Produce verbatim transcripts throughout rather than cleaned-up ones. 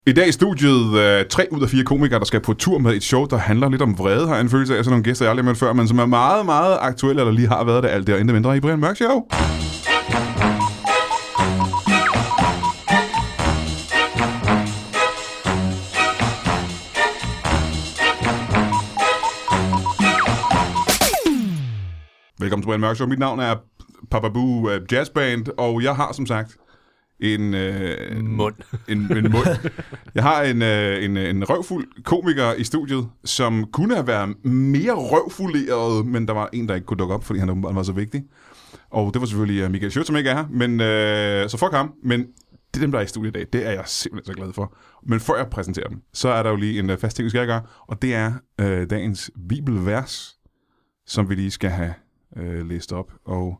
I dag i studiet uh, tre ud af fire komikere, der skal på tur med et show, der handler lidt om vrede, har en følelse af sådan nogle gæster, jeg aldrig har mødt før, men som er meget, meget aktuelle, eller lige har været det alt det og intet mindre i Brian Mørk Show. Velkommen til Brian Mørk Show. Mit navn er Papa Boo Jazz Band, og jeg har som sagt en øh, mund. En, en mund. Jeg har en, øh, en, en røvfuld komiker i studiet, som kunne have været mere røvfulderet, men der var en, der ikke kunne dukke op, fordi han var så vigtig. Og det var selvfølgelig Michael Schødt, som ikke er her, men, øh, så fuck ham. Men det er dem, der er i studiet i dag. Det er jeg simpelthen så glad for. Men før jeg præsenterer dem, så er der jo lige en øh, fast ting, vi skal gøre, og det er øh, dagens bibelvers, som vi lige skal have øh, læst op. Og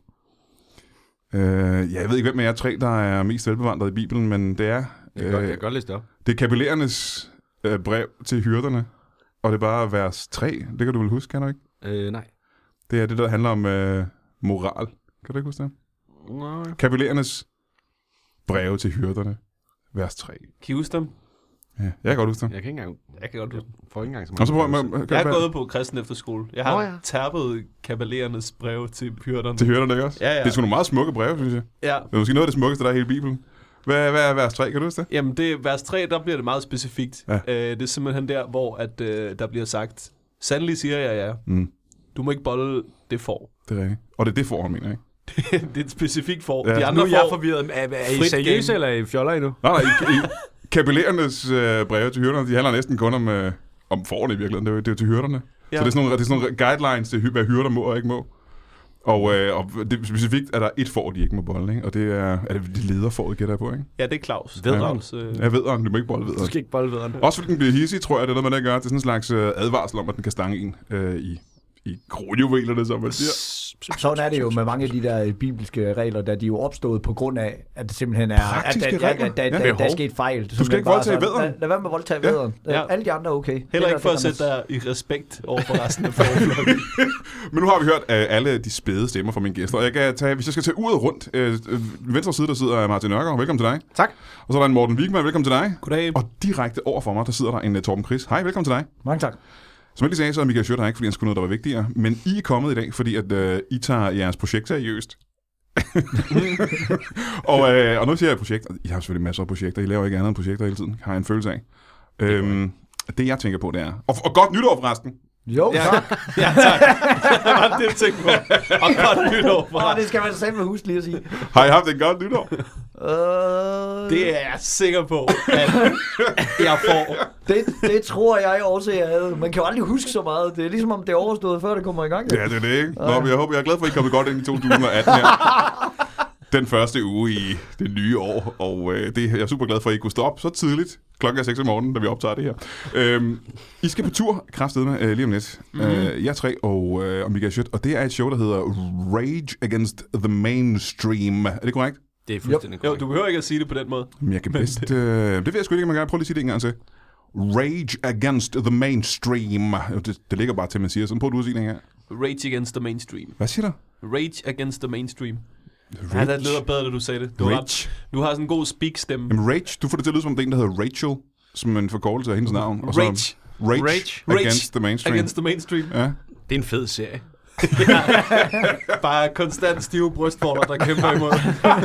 Uh, jeg ved ikke, hvem af jer tre, der er mest velbevandret i Bibelen, men det er... Uh, jeg, kan godt, jeg kan godt læse det op. Det er kapellerernes uh, brev til hyrderne, og det er bare vers tre. Det kan du vel huske, kan du ikke? Uh, nej. Det er det, der handler om uh, moral. Kan du ikke huske det? Nej. Kapellernes brev til hyrderne, vers tre. Kan I huske dem? Ja, jeg kan godt huske det. Jeg kan ikke engang... Jeg kan godt huske dem. For ikke engang så meget. Så prøv, man, man, jeg har gået på kristen efterskole. Jeg har oh, ja. tærpet kapellernes brev til hyrderne. Til hyrderne, ikke også? Ja, ja. Det er sgu nogle meget smukke breve, synes jeg. Ja. Det er måske noget af det smukkeste, der er i hele Bibelen. Hvad, hvad er vers tre? Kan du huske det? Jamen, det er vers tre, der bliver det meget specifikt. Ja. Øh, det er simpelthen der, hvor at, øh, der bliver sagt, sandelig siger jeg ja. Mm. Du må ikke bolle det får. Det er rigtigt. Og det er det får, mener jeg, ikke? Det er et specifikt får. Ja. De andre nu er jeg forvirret. Er, er I seriøse, eller er I fjoller endnu? Nej, nej, i, i kapellernes øh, breve til hyrderne, de handler næsten kun om, øh, om forne i virkeligheden. Det er jo, det er jo til hyrderne. Ja. Så det er, sådan nogle, det er sådan nogle guidelines til, hvad hyrder må og ikke må. Og, øh, og det er specifikt, at der er et får, de ikke må bolle, ikke? Og det er, er det de lederfåret, gætter jeg på, ikke? Ja, det er Claus. Vederen. Øh... Ja, vederen. Du må ikke bolle vederen. Du skal ikke bolle vederen. Også fordi den bliver hissig, tror jeg, det er noget, man ikke gør. Det er sådan en slags øh, advarsel om, at den kan stange en øh, i, i kronjuvelerne, som man siger. Sådan er det jo med mange af de der bibelske regler, der de er jo opstået på grund af, at det simpelthen er, praktiske at, at, at, at, at, ja. at der er sket fejl. Du skal ikke voldtage vederen. Lad, lad være med at voldtage ja. vederen. Ja. Alle de andre er okay. Heller ikke der, for at sætte dig i respekt over for resten af forholdet. Men nu har vi hørt uh, alle de spæde stemmer fra mine gæster, og jeg kan tage, hvis jeg skal tage uret rundt, uh, venstre side, der sidder Martin Nørgaard. Velkommen til dig. Tak. Og så er der en Morten Wigman. Velkommen til dig. Goddag. Og direkte over for mig, der sidder der en uh, Torben Chris. Hej, velkommen til dig. Mange tak. Som jeg lige sagde, så er Michael Schødt her ikke, fordi han skulle noget, der var vigtigere. Men I er kommet i dag, fordi at, øh, I tager jeres projekt seriøst. og, øh, og nu siger jeg projekt. I har selvfølgelig masser af projekter. I laver ikke andet end projekter hele tiden, har jeg en følelse af. Det, øhm, det jeg tænker på, det er... Og, og godt nytår forresten. Jo, ja. tak. Ja, tak. Det var det, jeg tænkte på. Og godt nytår forresten. Oh, det skal man selv med huske lige at sige. Har I haft en godt nytår? Uh... Det er jeg sikker på, at jeg får. Det, det tror jeg også, jeg havde. Man kan jo aldrig huske så meget. Det er ligesom om det er overstået, før det kommer i gang. Ja, det er det, ikke? Nå, men jeg håber, jeg er glad for, at I er kommet godt ind i to tusind atten her. Den første uge i det nye år, og øh, det, jeg er super glad for, at I kunne stå op så tidligt. Klokken er seks om morgenen, da vi optager det her. Øhm, I skal på tur, kraftedeme, øh, lige om lidt. Mm-hmm. Øh, jeg tre og, øh, og Michael Schødt, og det er et show, der hedder Rage Against the Mainstream. Er det korrekt? Det er fuldstændig korrekt. Jo, du behøver ikke at sige det på den måde. Men jeg kan bedst... Øh, det ved jeg sgu ikke, man kan prøve lige at sige det en gang til. Rage Against the Mainstream. Det, det ligger bare til, man siger. Sådan prøv du at sige det en gang. Rage Against the Mainstream. Hvad siger du? Rage Against the Mainstream. Rage. Ja, det lyder bedre, da du sagde det. Du Rage. Har, du har sådan en god speak-stemme. Jamen, Rage, du får det til at lyde som den, der hedder Rachel, som en forkortelse af hendes navn. Og så Rage. Rage. Rage. Against the Mainstream. Against the Mainstream. Ja. Det er en fed serie. Ja. Bare konstant stive brystvorter, der kæmper imod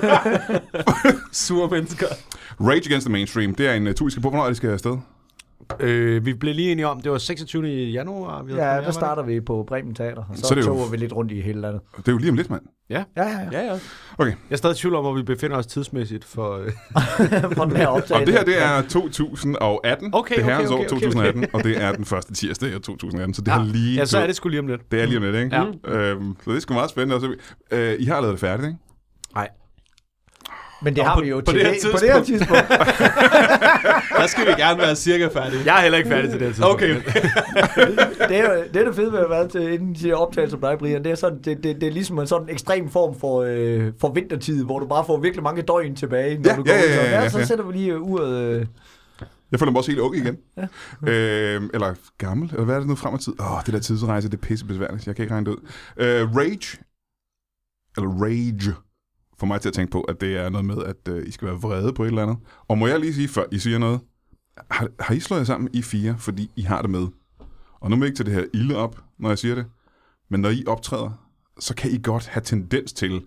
sure mennesker. Rage Against the Mainstream, det er en tur, I skal på. Hvornår er det skal afsted? Øh, vi blev lige enige om, det var seksogtyvende januar. Vi ja, der starter vi på Bremen Teater, og så, så toger jo... vi lidt rundt i hele landet. Det er jo lige om lidt, mand. Ja, ja, ja. ja. ja, ja. Okay. Jeg er stadig i tvivl om, hvor vi befinder os tidsmæssigt for... for den her optagelse. Og det her, det er to tusind atten. Okay, det okay, herrens okay, år to tusind atten, okay, okay. Og det er den første tirsdag i to tusind atten, så det ja. har lige... Ja, så er det sgu lige om lidt. Det er lige om lidt, ikke? Ja. Øhm, så det er sgu meget spændende. Og så, øh, I har lavet det færdigt, ikke? Nej. Men det Nå, har på, vi jo på til det, det, på det her tidspunkt. Der skal vi gerne være cirka færdige. Jeg er heller ikke færdig til det her tidspunkt. Okay. det, er jo, det er det fede ved at være til inden til optagelse som dig, Brian. Det er, sådan, det, det, det er ligesom en sådan ekstrem form for, øh, for vintertid, hvor du bare får virkelig mange døgn tilbage, når ja, du går ja, ud. Ja, ja, ja, ja. Så sætter vi lige uret... Øh, Jeg føler mig også helt ung igen. Ja. Øh, eller gammel, eller hvad er det nu frem og tid? Åh, oh, det der tidsrejse, det er pisse besværligt. Jeg kan ikke regne det ud. Øh, rage, eller rage, får mig til at tænke på, at det er noget med, at øh, I skal være vrede på et eller andet. Og må jeg lige sige, før I siger noget, har, har I slået jer sammen i fire, fordi I har det med? Og nu må jeg ikke tage det her ilde op, når jeg siger det. Men når I optræder, så kan I godt have tendens til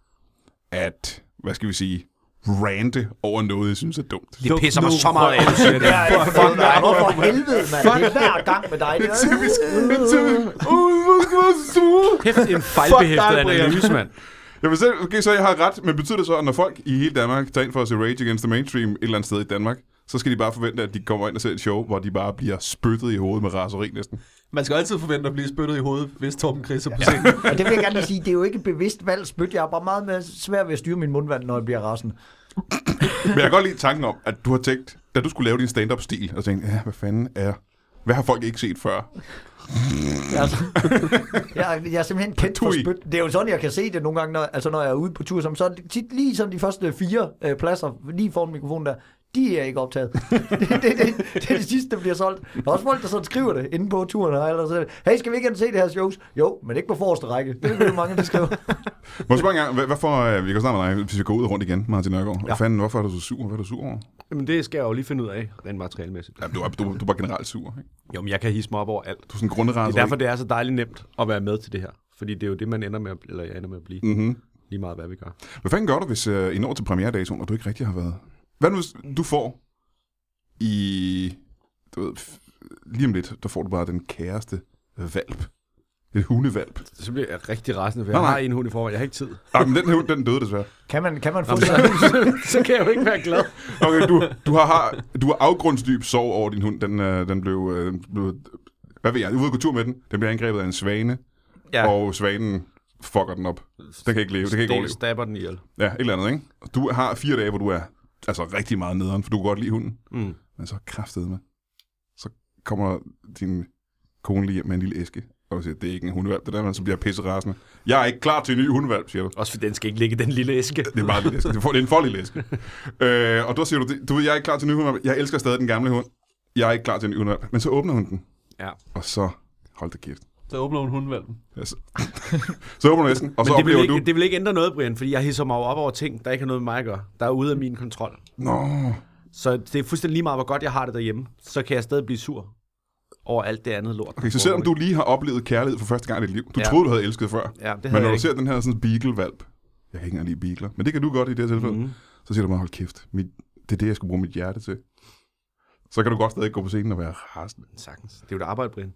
at, hvad skal vi sige, rante over noget, jeg synes er dumt. Det pisser mig så meget af, du siger det. Ja, ja, for, for, for, for helvede, mand. Det er hver gang med dig. Det er typisk. Det er typisk. Åh, hvor skal man sure? Kæft, en fejlbehæftet analyse, mand. Jeg vil selv, okay, så jeg har ret, men betyder det så, at når folk i hele Danmark tager ind for at se Rage Against the Mainstream et eller andet sted i Danmark, så skal de bare forvente, at de kommer ind og ser et show, hvor de bare bliver spyttet i hovedet med raseri næsten? Man skal altid forvente at blive spyttet i hovedet, hvis Torben Chris er på scenen. Og det vil jeg gerne lige sige, det er jo ikke bevidst valgt spyt. Jeg er bare meget mere svært ved at styre min mundvand, når jeg bliver rasende. Men jeg kan godt lide tanken om, at du har tænkt, da du skulle lave din stand-up-stil, og tænkte, ja, hvad fanden er... Hvad har folk ikke set før? Altså, jeg, jeg er simpelthen kendt for spyt. Det er jo sådan, jeg kan se det nogle gange, når, altså når jeg er ude på tur. Som så tit lige sådan de første fire øh, pladser, lige foran mikrofonen der, de er ikke optaget. det, det, det, det er det sidste, der bliver solgt. Der er også folk, der sådan skriver det inde på turen. Eller så, hey, skal vi ikke se det her shows? Jo, men ikke på forreste række. Det er jo mange, der skriver. Må jeg spørge en gang, hvorfor, vi kan snakke med dig, hvis vi går ud og rundt igen, Martin Nørgaard. Ja. Fanden, hvorfor er du så sur? Hvad er du sur over? Jamen, det skal jeg jo lige finde ud af, rent materialmæssigt. Ja, du, er, du, du er bare generelt sur, ikke? Jo, men jeg kan hisse mig op over alt. Du er sådan grundraser. Det er derfor, det er så dejligt nemt at være med til det her. Fordi det er jo det, man ender med at, eller jeg ender med at blive. Mm-hmm. Lige meget, hvad vi gør. Hvad fanden gør du, hvis uh, I når til premieredatoen, og du ikke rigtig har været... Hvad nu, hvis du får i... Du ved, lige om lidt, der får du bare den kæreste valp. Et hundevalp. Så bliver jeg rigtig rasende, for nej, jeg nej. har en hund i forvejen. Jeg har ikke tid. Nej, men den hund, den døde desværre. Kan man, kan man få så, så kan jeg jo ikke være glad. Okay, du, du, har, har, du har afgrundsdyb sorg over din hund. Den, øh, den, blev, øh, den blev... Hvad ved jeg? Du er ude og gå tur med den. Den bliver angrebet af en svane. Ja. Og svanen fucker den op. Den kan ikke leve. Det kan ikke overleve. Stabber den ihjel. Ja, et eller andet, ikke? Du har fire dage, hvor du er altså rigtig meget nederen, for du kan godt lide hunden. Mm. Men så kraftedeme med. Så kommer din kone lige hjem med en lille æske. Og siger, det er ikke en hundevalp, det der, men så bliver pisse rasende. Jeg er ikke klar til en ny hundevalp, siger du. Også for den skal ikke ligge i den lille æske. Det er bare en lille æske. Det er en for lille æske. øh, og då siger du, du ved, jeg er ikke klar til en ny hundevalp. Jeg elsker stadig den gamle hund. Jeg er ikke klar til en ny hundevalp. Men så åbner hun den. Ja. Og så, hold da kæft. Så åbner hun hundevalpen. Ja, så, så åbner hun æsken, og så men det oplever vil ikke, du... det vil ikke ændre noget, Brian, fordi jeg hisser mig op over ting, der ikke har noget med mig at gøre. Der er ude af min kontrol. Nå. Så det er fuldstændig lige meget, hvor godt jeg har det derhjemme. Så kan jeg stadig blive sur over alt det andet lort. Okay, så selvom du lige har oplevet kærlighed for første gang i dit liv, du ja. troede, du havde elsket før, ja, det men når du ikke. ser den her sådan beagle-valp, jeg kan ikke engang lide beagler, men det kan du godt i det her tilfælde, mm-hmm. så siger du bare, hold kæft, mit, det er det, jeg skal bruge mit hjerte til. Så kan du godt stadig gå på scenen og være rasende. Sagtens. Det er jo et arbejde, Brian.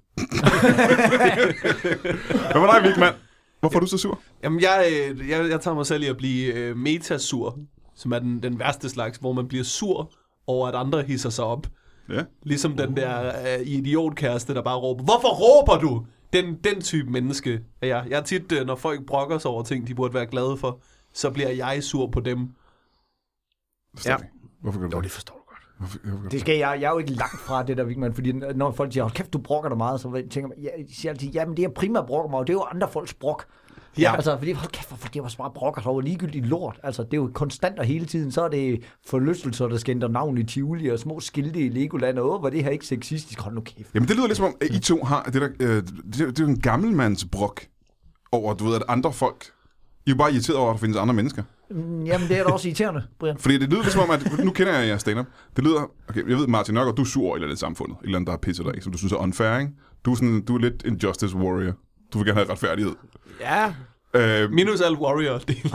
Hvad var dig, Vigman? Hvorfor er du så sur? Jamen, jeg, jeg, jeg tager mig selv i at blive øh, metasur, som er den, den værste slags, hvor man bliver sur over, at andre hisser sig op. Ja. Ligesom den der øh, idiotkæreste, der bare råber, hvorfor råber du? Den, den type menneske er jeg. Jeg er tit, øh, når folk brokker sig over ting, de burde være glade for, så bliver jeg sur på dem. Forstår ja. Hvorfor gør du det? Jo, det forstår du godt. Hvorfor, hvorfor det skal jeg, jeg er jo ikke langt fra det der, Vigman, fordi når folk siger, kæft, du brokker dig meget, så tænker man, jeg siger altid, jamen det er primært brokker mig, og det er jo andre folks brok. Ja. Altså, fordi, hold kæft, hvorfor det var så bare brokker sig over ligegyldigt lort. Altså, det er jo konstant og hele tiden, så er det forlystelser, der skal ændre navn i Tivoli, og små skilte i Legoland, og åh, var det her ikke sexistisk? Hold nu kæft. Jamen, det lyder lidt som om, at I to har det der, øh, det, det er jo en gammelmandsbrok over, du ved, at andre folk, I er jo bare irriteret over, at der findes andre mennesker. Jamen, det er da også irriterende, Brian. Fordi det lyder lidt som om, at nu kender jeg jeres stand-up. Det lyder, okay, jeg ved, Martin Nørgaard, du er sur over et eller andet samfundet. Et eller andet, der har pisset dig, som du synes er unfair, ikke? Du er, sådan, du er lidt en justice warrior. Du vil gerne have retfærdighed. Ja. Øh, Minus alt warrior.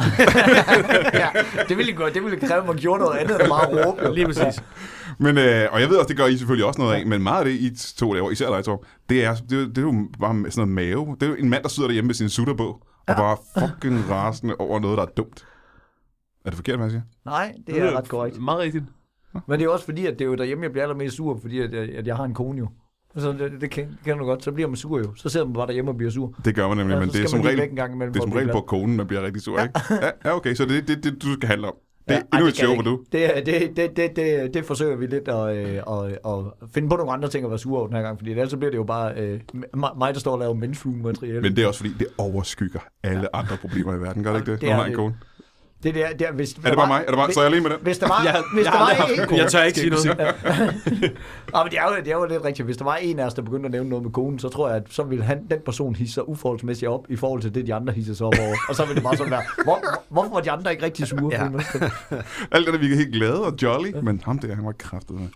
ja, det ville godt. Det ville kræve, at man gjorde noget andet, end bare at råbe. Lige præcis. Men, øh, og jeg ved også, det gør I selvfølgelig også noget af, men meget af det, I to laver, især dig, Torb, det er, det, er, det er jo bare sådan noget mave. Det er jo en mand, der sidder derhjemme med sin sutterbog, og ja. bare fucking rasende over noget, der er dumt. Er det forkert, hvad jeg siger? Nej, det er ret korrekt. Meget rigtigt. Men det er også fordi, at det er jo derhjemme, jeg bliver allermest sur, fordi at jeg, at jeg har en kone jo. Så det, det kan, kan du godt, så bliver man sur jo. Så sidder man bare derhjemme og bliver sur. Det gør man nemlig, ja, men det er som regel, det er som regel på konen, man bliver rigtig sur, ikke? Ja, ja okay, så det er det, det, du skal handle om. Det er ja, endnu et show, hvor du... Det, det, det, det, det, det forsøger vi lidt at, at, at, at finde på nogle andre ting at være sur over den her gang, fordi ellers bliver det jo bare uh, mig, der står og laver menstruum-materiale. Men det er også fordi, det overskygger alle ja. andre problemer i verden, gør det ikke det? det når man har en kone. Det der, der, hvis, er det bare mig? Er det bare, så er jeg lige med det? Hvis der var, jeg, hvis jeg, der var jeg, en kone... Jeg tør ikke sige noget. Ja, men det er, jo, det er jo lidt rigtigt. Hvis der var en af os, der begyndte at nævne noget med konen, så tror jeg, at så ville han, den person hisse sig uforholdsmæssigt op i forhold til det, de andre hisser sig op over. Og så ville det bare sådan være, hvor, hvorfor var de andre ikke rigtig sure? Ja. Alt det der virker helt glade og jolly, ja. men ham der, han var kraftet med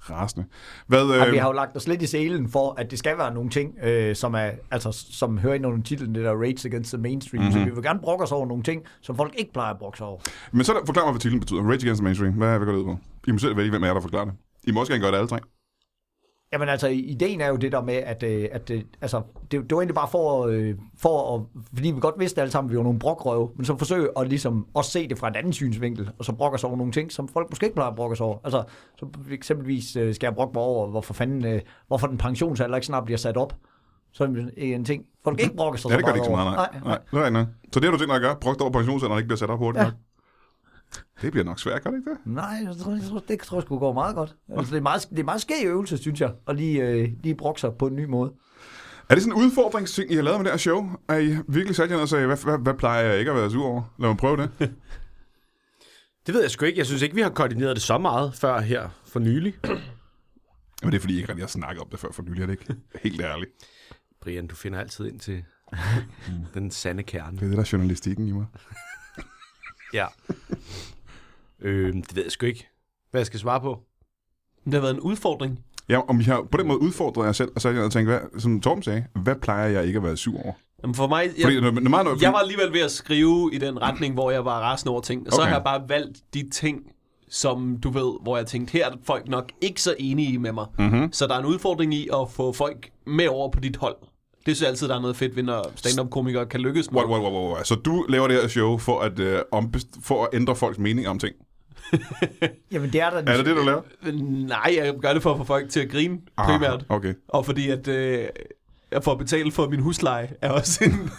rasende. Hvad, øh... ja, vi har jo lagt os lidt i selen for, at det skal være nogle ting, øh, som, er, altså, som hører ind under titlen, det der Rage Against the Mainstream. Mm-hmm. Så vi vil gerne brokke os over nogle ting, som folk ikke plejer at brokke sig over. Men så forklar mig, hvad titlen betyder. Rage Against the Mainstream. Hvad, hvad går det ud på? I må selv vælge, hvem er der forklarer det. I må også gerne gøre det alle tre. Jamen altså, ideen er jo det der med, at, at, at altså, det, det var egentlig bare for, for at, fordi vi godt vidste alle sammen, at vi var nogle brokrøve, men så forsøge at ligesom også se det fra en anden synsvinkel, og så brokke os over nogle ting, som folk måske ikke plejer at brokke os over. Altså, så eksempelvis skal jeg brokke mig over, hvorfor fanden, hvorfor den pensionsalder ikke snart bliver sat op. Så er en ting, folk ikke brokker sig ja, det gør det ikke så meget, nej. nej. nej. nej. nej. nej. Så det har du tænkt dig at gøre? Brokke over pensionsalderen ikke bliver sat op hurtigt ja. nok? Det bliver nok svært, gør det ikke det? Nej, jeg tror, jeg tror, det tror jeg skulle gå meget godt. Altså, det er meget, det er meget skæg øvelse, synes jeg, at lige, øh, lige brokke sig på en ny måde. Er det sådan en udfordringsting, I har lavet med det her show? Er I virkelig sat jer og sagde, hvad, hvad, hvad plejer jeg ikke at være sur over? Lad mig prøve det. Det ved jeg sgu ikke. Jeg synes ikke, vi har koordineret det så meget før her for nylig. Men det er fordi, I ikke rigtig har snakket om det før for nylig, er det ikke? Helt ærligt. Brian, du finder altid ind til den sande kerne. Det er det, der er journalistikken i mig. Ja. Øh, det ved jeg sgu ikke, hvad jeg skal svare på. Det har været en udfordring. Ja, om I har på den måde udfordret jer selv, og så har jeg tænkt, hvad, som Torben sagde, hvad plejer jeg ikke at være sur over? Jamen for mig, jeg, fordi, når, når meget, når, fordi... jeg var alligevel ved at skrive i den retning, hvor jeg var rasende over ting. Og så okay. har jeg bare valgt de ting, som du ved, hvor jeg tænkte, her er folk nok ikke så enige med mig. Mm-hmm. Så der er en udfordring i at få folk med over på dit hold. Det synes jeg altid, der er noget fedt ved, når stand-up-komikere kan lykkes med. Wow, wow, wow, wow. Så du laver det her show for at, øh, ombest- for at ændre folks mening om ting? Jamen, det er der... Er det det, du laver? Nej, jeg gør det for at få folk til at grine, primært. Ah, okay. Og fordi, at øh, jeg får betalt for min husleje, er også en...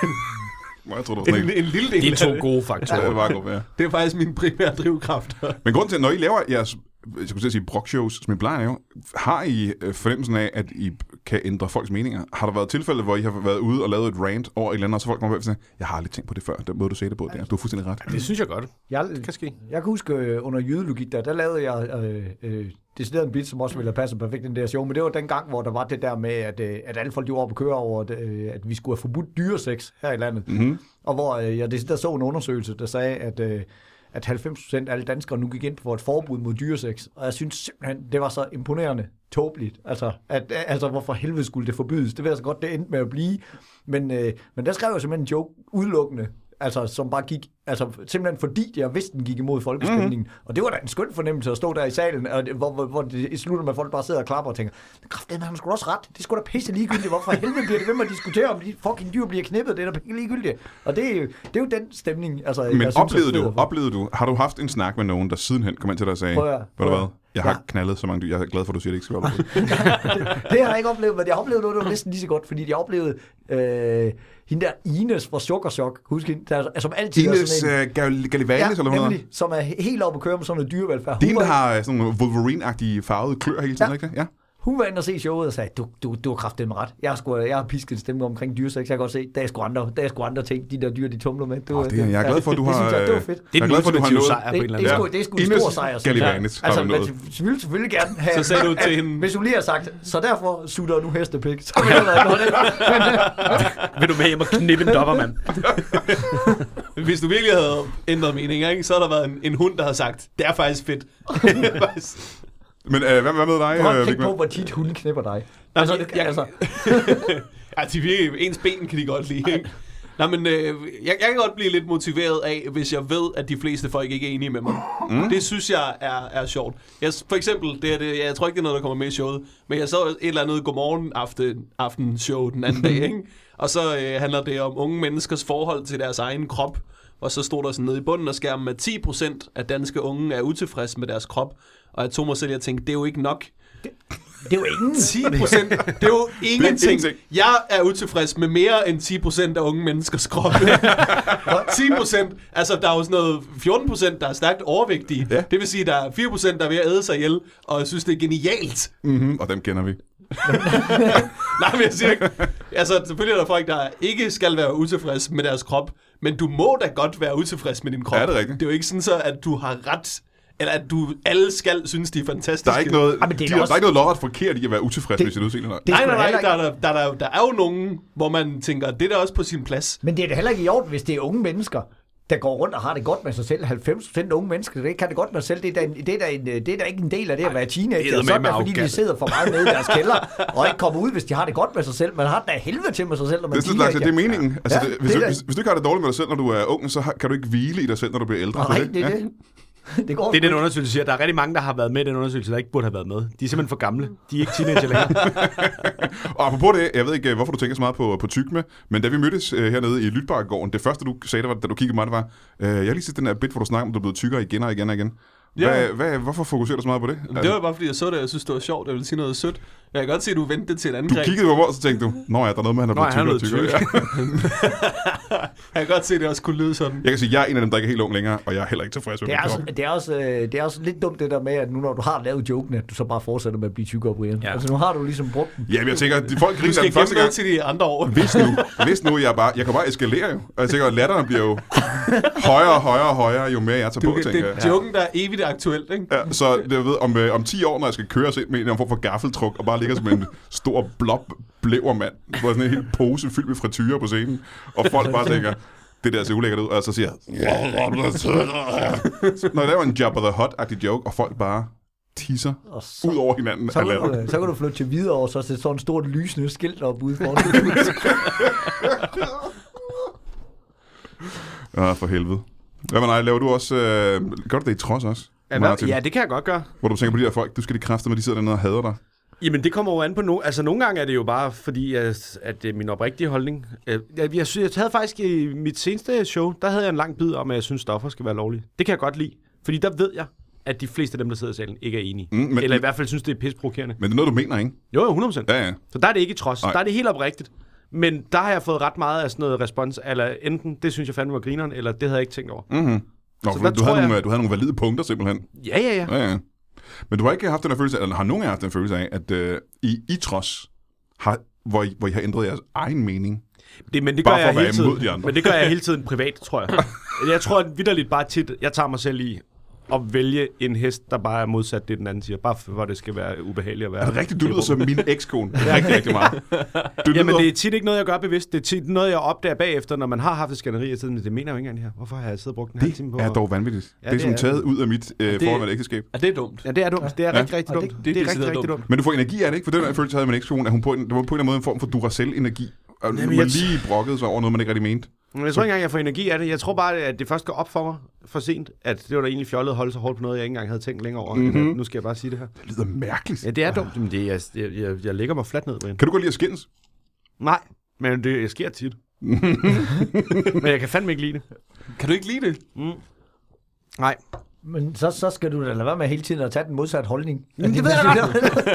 Jeg tror, en, en, en lille del. De er to gode faktorer. Ja, det, var godt, ja. Det er faktisk min primære drivkraft. Men grunden til, når I laver jeres, jeg skulle sige brokshows, som I plejer at lave, har I fornemmelsen af, at I kan ændre folks meninger? Har der været tilfælde, hvor I har været ude og lavet et rant over et eller andet, og så folk kommer og siger, jeg har aldrig tænkt på det før, den måde du sagde det på, der. Du har fuldstændig ret. Det synes jeg godt. Jeg, det kan ske. Jeg kan huske øh, under jydelogik, der, der lavede jeg øh, øh, decideret en bit, som også ville have passet perfekt den der show, men det var den gang, hvor der var det der med, at, øh, at alle folk de var oppe og køre over, at, øh, at vi skulle have forbudt dyresex her i landet. Mm-hmm. Og hvor øh, jeg decideret så en undersøgelse, der sagde, at øh, at halvfems procent af alle danskere nu gik ind på et forbud mod dyresex. Og jeg synes simpelthen, det var så imponerende tåbeligt. Altså, at, altså hvorfor helvede skulle det forbydes? Det ved jeg så godt, det endte med at blive. Men, øh, men der skrev jeg simpelthen en joke udelukkende, altså som bare gik, altså simpelthen fordi jeg vidste, den gik imod folkestemningen. Mm-hmm. Og det var da en skøn fornemmelse at stå der i salen, og, hvor, hvor, hvor det slutter med, at folk bare sidder og klapper og tænker, kraftedeme, han har sgu også ret. Det er sgu da pisse ligegyldigt. Hvorfor helvede bliver det ved med at diskutere, om de fucking dyr bliver knippet? Det er da pisse ligegyldigt. Og det er, jo, det er jo den stemning, altså, men jeg oplevede synes, du, oplevede du, har du haft en snak med nogen, der sidenhen kom ind til dig og sagde, ved du hvad, jeg har ja. knaldet så mange dyr, jeg er glad for, at du siger, det ikke skal være det. Det har jeg ikke oplevet, men jeg oplevede noget, det var næsten lige så godt, fordi jeg oplevede øh, hende der Ines fra Sukkerchok, husk hende, der, som altid Ines er sådan en... uh, Galivanis, ja, eller hvad nemlig, som er helt oppe at køre med sådan noget dyrevelfærd. Det er der har sådan nogle Wolverine-agtige farvede klør hele tiden, ja. Ikke det? Ja. Hun var inde og se showet og sagde, du, du, du har kraftedeme ret. Jeg har, sgu, jeg har pisket stemme omkring dyresex. Jeg kan godt se, der er sgu andre, der er sgu andre ting, de der dyr, de tumler med. Du, oh, det er, jeg er glad for, at du det, har... Det synes jeg, det var fedt. Det er den ultimative sejr på en eller anden måde. Det er sgu en stor sejr. Galivanis altså, men vi vil selvfølgelig gerne have... Så sagde du til hende... Hvis hun lige har sagt, så derfor sutter nu hestepik, så vil jeg være godt. Vil du med hjem og knippe en dobbermand? Hvis du virkelig havde ændret mening, ikke, så har der været en, en hund, der har sagt, det er faktisk fedt. Men øh, hvad, hvad med dig? Du har tænkt på, hvor tit hunden knipper dig. Altså, altså, jeg, altså. altså, ens ben kan de godt lide, ikke? Nej, men øh, jeg, jeg kan godt blive lidt motiveret af, hvis jeg ved, at de fleste folk ikke er enige med mig. Mm. Det synes jeg er, er sjovt. Jeg, for eksempel, det er det, jeg tror ikke, det er noget, der kommer med i showet, men jeg så et eller andet godmorgen aften, aften show den anden dag, ikke? Og så øh, handler det om unge menneskers forhold til deres egen krop. Og så stod der sådan nede i bunden af skærmen, at ti procent af danske unge er utilfredse med deres krop. Og jeg tog mig selv og tænkte, det er jo ikke nok. Det, det er jo ingen. ti procent, det er jo ingenting. Jeg er utilfreds med mere end ti procent af unge menneskers krop. ti procent, altså der er jo sådan noget fjorten procent, der er stærkt overvægtige. Ja. Det vil sige, der er fire procent, der er ved at æde sig ihjel, og jeg synes, det er genialt. Mm-hmm, og dem kender vi. Nej, men jeg siger ikke. Altså, selvfølgelig er der folk, der ikke skal være utilfredse med deres krop, men du må da godt være utilfreds med din krop. Ja, det er rigtigt. Det er jo ikke sådan så, at du har ret, eller at du alle skal synes, de er fantastiske. Der er ikke noget, ja, de, også... der er ikke noget lodret forkert i at være utilfreds med sit udseende. Nej, nej, nej, nej. Der, er, der, der, der er jo nogen, hvor man tænker, det er da også på sin plads. Men det er da heller ikke i orden, hvis det er unge mennesker, der går rundt og har det godt med sig selv. halvfems procent unge mennesker, det kan det godt med sig selv. Det er da, det er da, en, det er da ikke en del af det at være teenager. Så er det fordi de sidder for meget nede i deres kælder, og ikke kommer ud, hvis de har det godt med sig selv. Man har det da helvede til med sig selv, når man det er teenager. Det er meningen. Altså, ja, det, hvis, det du, hvis, hvis du ikke har det dårligt med dig selv, når du er ung, så har, kan du ikke hvile i dig selv, når du bliver ældre. Nej, det er det. Det, går det er den undersøgelse, siger. Der er rigtig mange, der har været med i den undersøgelse, der ikke burde have været med. De er simpelthen for gamle. De er ikke teenager længere. Og apropos det, jeg ved ikke, hvorfor du tænker så meget på, på Tygme, men da vi mødtes uh, hernede i Lytbarkegården, det første, du sagde, der var, da du kiggede mig, det var, uh, jeg har lige set den her bit, hvor du snakker om, at du er blevet tykkere igen og igen og igen. Hvad, Ja. hvad, hvorfor fokuserer du så meget på det? Det var bare fordi, jeg så det, og jeg synes, det var sjovt. Jeg ville sige noget sødt. Jeg kan godt se, at du vendte det til et andet Du greb. kiggede på mig, og så tænkte du, nå ja, der er noget med, at han er blevet tykkere og tykkere. Jeg kan godt se, at det også kunne lyde sådan. Jeg kan sige, at jeg er en af dem, der ikke er helt ung længere, og jeg er heller ikke tilfreds med Det er, min også, krop. det, er også, øh, det er også lidt dumt det der med, at nu når du har lavet joken, at du så bare fortsætter med at blive tykkere, Brian. Ja. Altså nu har du ligesom brugt den. Ja, men jeg tænker, at folk Du griner skal den første gemme gang. noget til de andre år. Hvis nu, hvis nu jeg bare, jeg kan bare eskalere jo. Og jeg tænker, at latteren bliver jo højere og højere og højere, jo mere jeg tager Du, på, det tænker jeg. er joken, der er evigt aktuelt, ikke? Ja, så jeg ved, om, øh, om ti år, når jeg skal køre ind med en form for gaffeltruk, og bare ligger som en stor blob blævermand, hvor sådan en hel pose fyldt med frityrer på scenen, og folk bare tænker, det der ser ulækkert ud, og så siger jeg, når jeg laver en Jabba the Hutt-agtig joke, og folk bare tisser Og så, ud over hinanden så, af kan latter. du, så kan du flytte til videre, og så sætte sådan et stort lysende skilt op ude foran. Ja, for helvede. Hvad med dig? Laver du også, øh, gør du det i trods også, Ja, Martin? ja, det kan jeg godt gøre. Hvor du tænker på de der folk, du skal de kræfter med, de sidder dernede og hader dig. Jamen, det kommer jo an på no. Altså, nogle gange er det jo bare fordi, at, at det er min oprigtige holdning. Jeg, jeg, jeg, jeg havde faktisk i mit seneste show, der havde jeg en lang bid om, at jeg synes, stoffer skal være lovlige. Det kan jeg godt lide. Fordi der ved jeg, at de fleste af dem, der sidder i salen, ikke er enige. Mm, men, Eller i hvert fald synes, det er pisprovokerende. Men det er noget, du mener, ikke? Jo, jo, hundrede procent. Ja, ja. Så der er det ikke i trods. Nej. Der er det helt oprigtigt. Men der har jeg fået ret meget af sådan noget respons, eller enten, det synes jeg fandme var grineren, eller det havde jeg ikke tænkt over. Mm-hmm. Nå, Så for der du, tror havde jeg- nogle, du havde nogle valide punkter, simpelthen. Ja, ja, ja. Ja, ja. Men du har ikke haft den her følelse, eller har nogen af jer haft den følelse af, at øh, I, I trods, har, hvor, I, hvor I har ændret jeres egen mening? Det, men det Bare gør for jeg at være hele tiden. imod de andre. Men det gør jeg hele tiden privat, tror jeg. Jeg tror at vitterligt bare tit, jeg tager mig selv i at vælge en hest, der bare er modsat det, den anden siger. Bare for, at det skal være ubehageligt at være. Er det rigtigt? Du lyder som min ekskone. Rigtig, rigtig meget. Du Jamen, lyder- det er tit ikke noget, jeg gør bevidst. Det er tit noget, jeg opdager bagefter, når man har haft et skænderi i tiden. Det mener jeg jo ikke engang her. Hvorfor har jeg siddet og brugt en halv time på? Det er dog vanvittigt. Ja, det er som det er- taget ud af mit øh, det- forhold med et ægteskab. Ja, det er dumt. Ja, det er dumt. Det er Ja. rigtig, rigtig Og dumt. det- Det, det er det er rigtig, decideret rigtig dumt. dumt. Men du får energi af det, ikke? For den her følelse havde min ekskone, at hun på en, det var på en eller anden måde en form for Duracell-energi. Og Jamen, man jeg- lige brokkede sig over noget, man ikke rigtig mente. Men jeg tror ikke engang, jeg får energi af det. Jeg tror bare, at det først går op for mig for sent, at det var da egentlig fjollet at holde så hårdt på noget, jeg ikke engang havde tænkt længere over. Mhm. Nu skal jeg bare sige det her. Det lyder mærkeligt. Ja, det er dumt. Men det, er- jeg, jeg, jeg, jeg lægger mig fladt ned, Brian. Kan du godt lide at skændes? Nej, men det sker tit. Men jeg kan fandme ikke lide det. Kan du ikke lide det? Mm. Nej. Men så, så skal du da lade være med hele tiden at tage den modsatte holdning. Men det ved jeg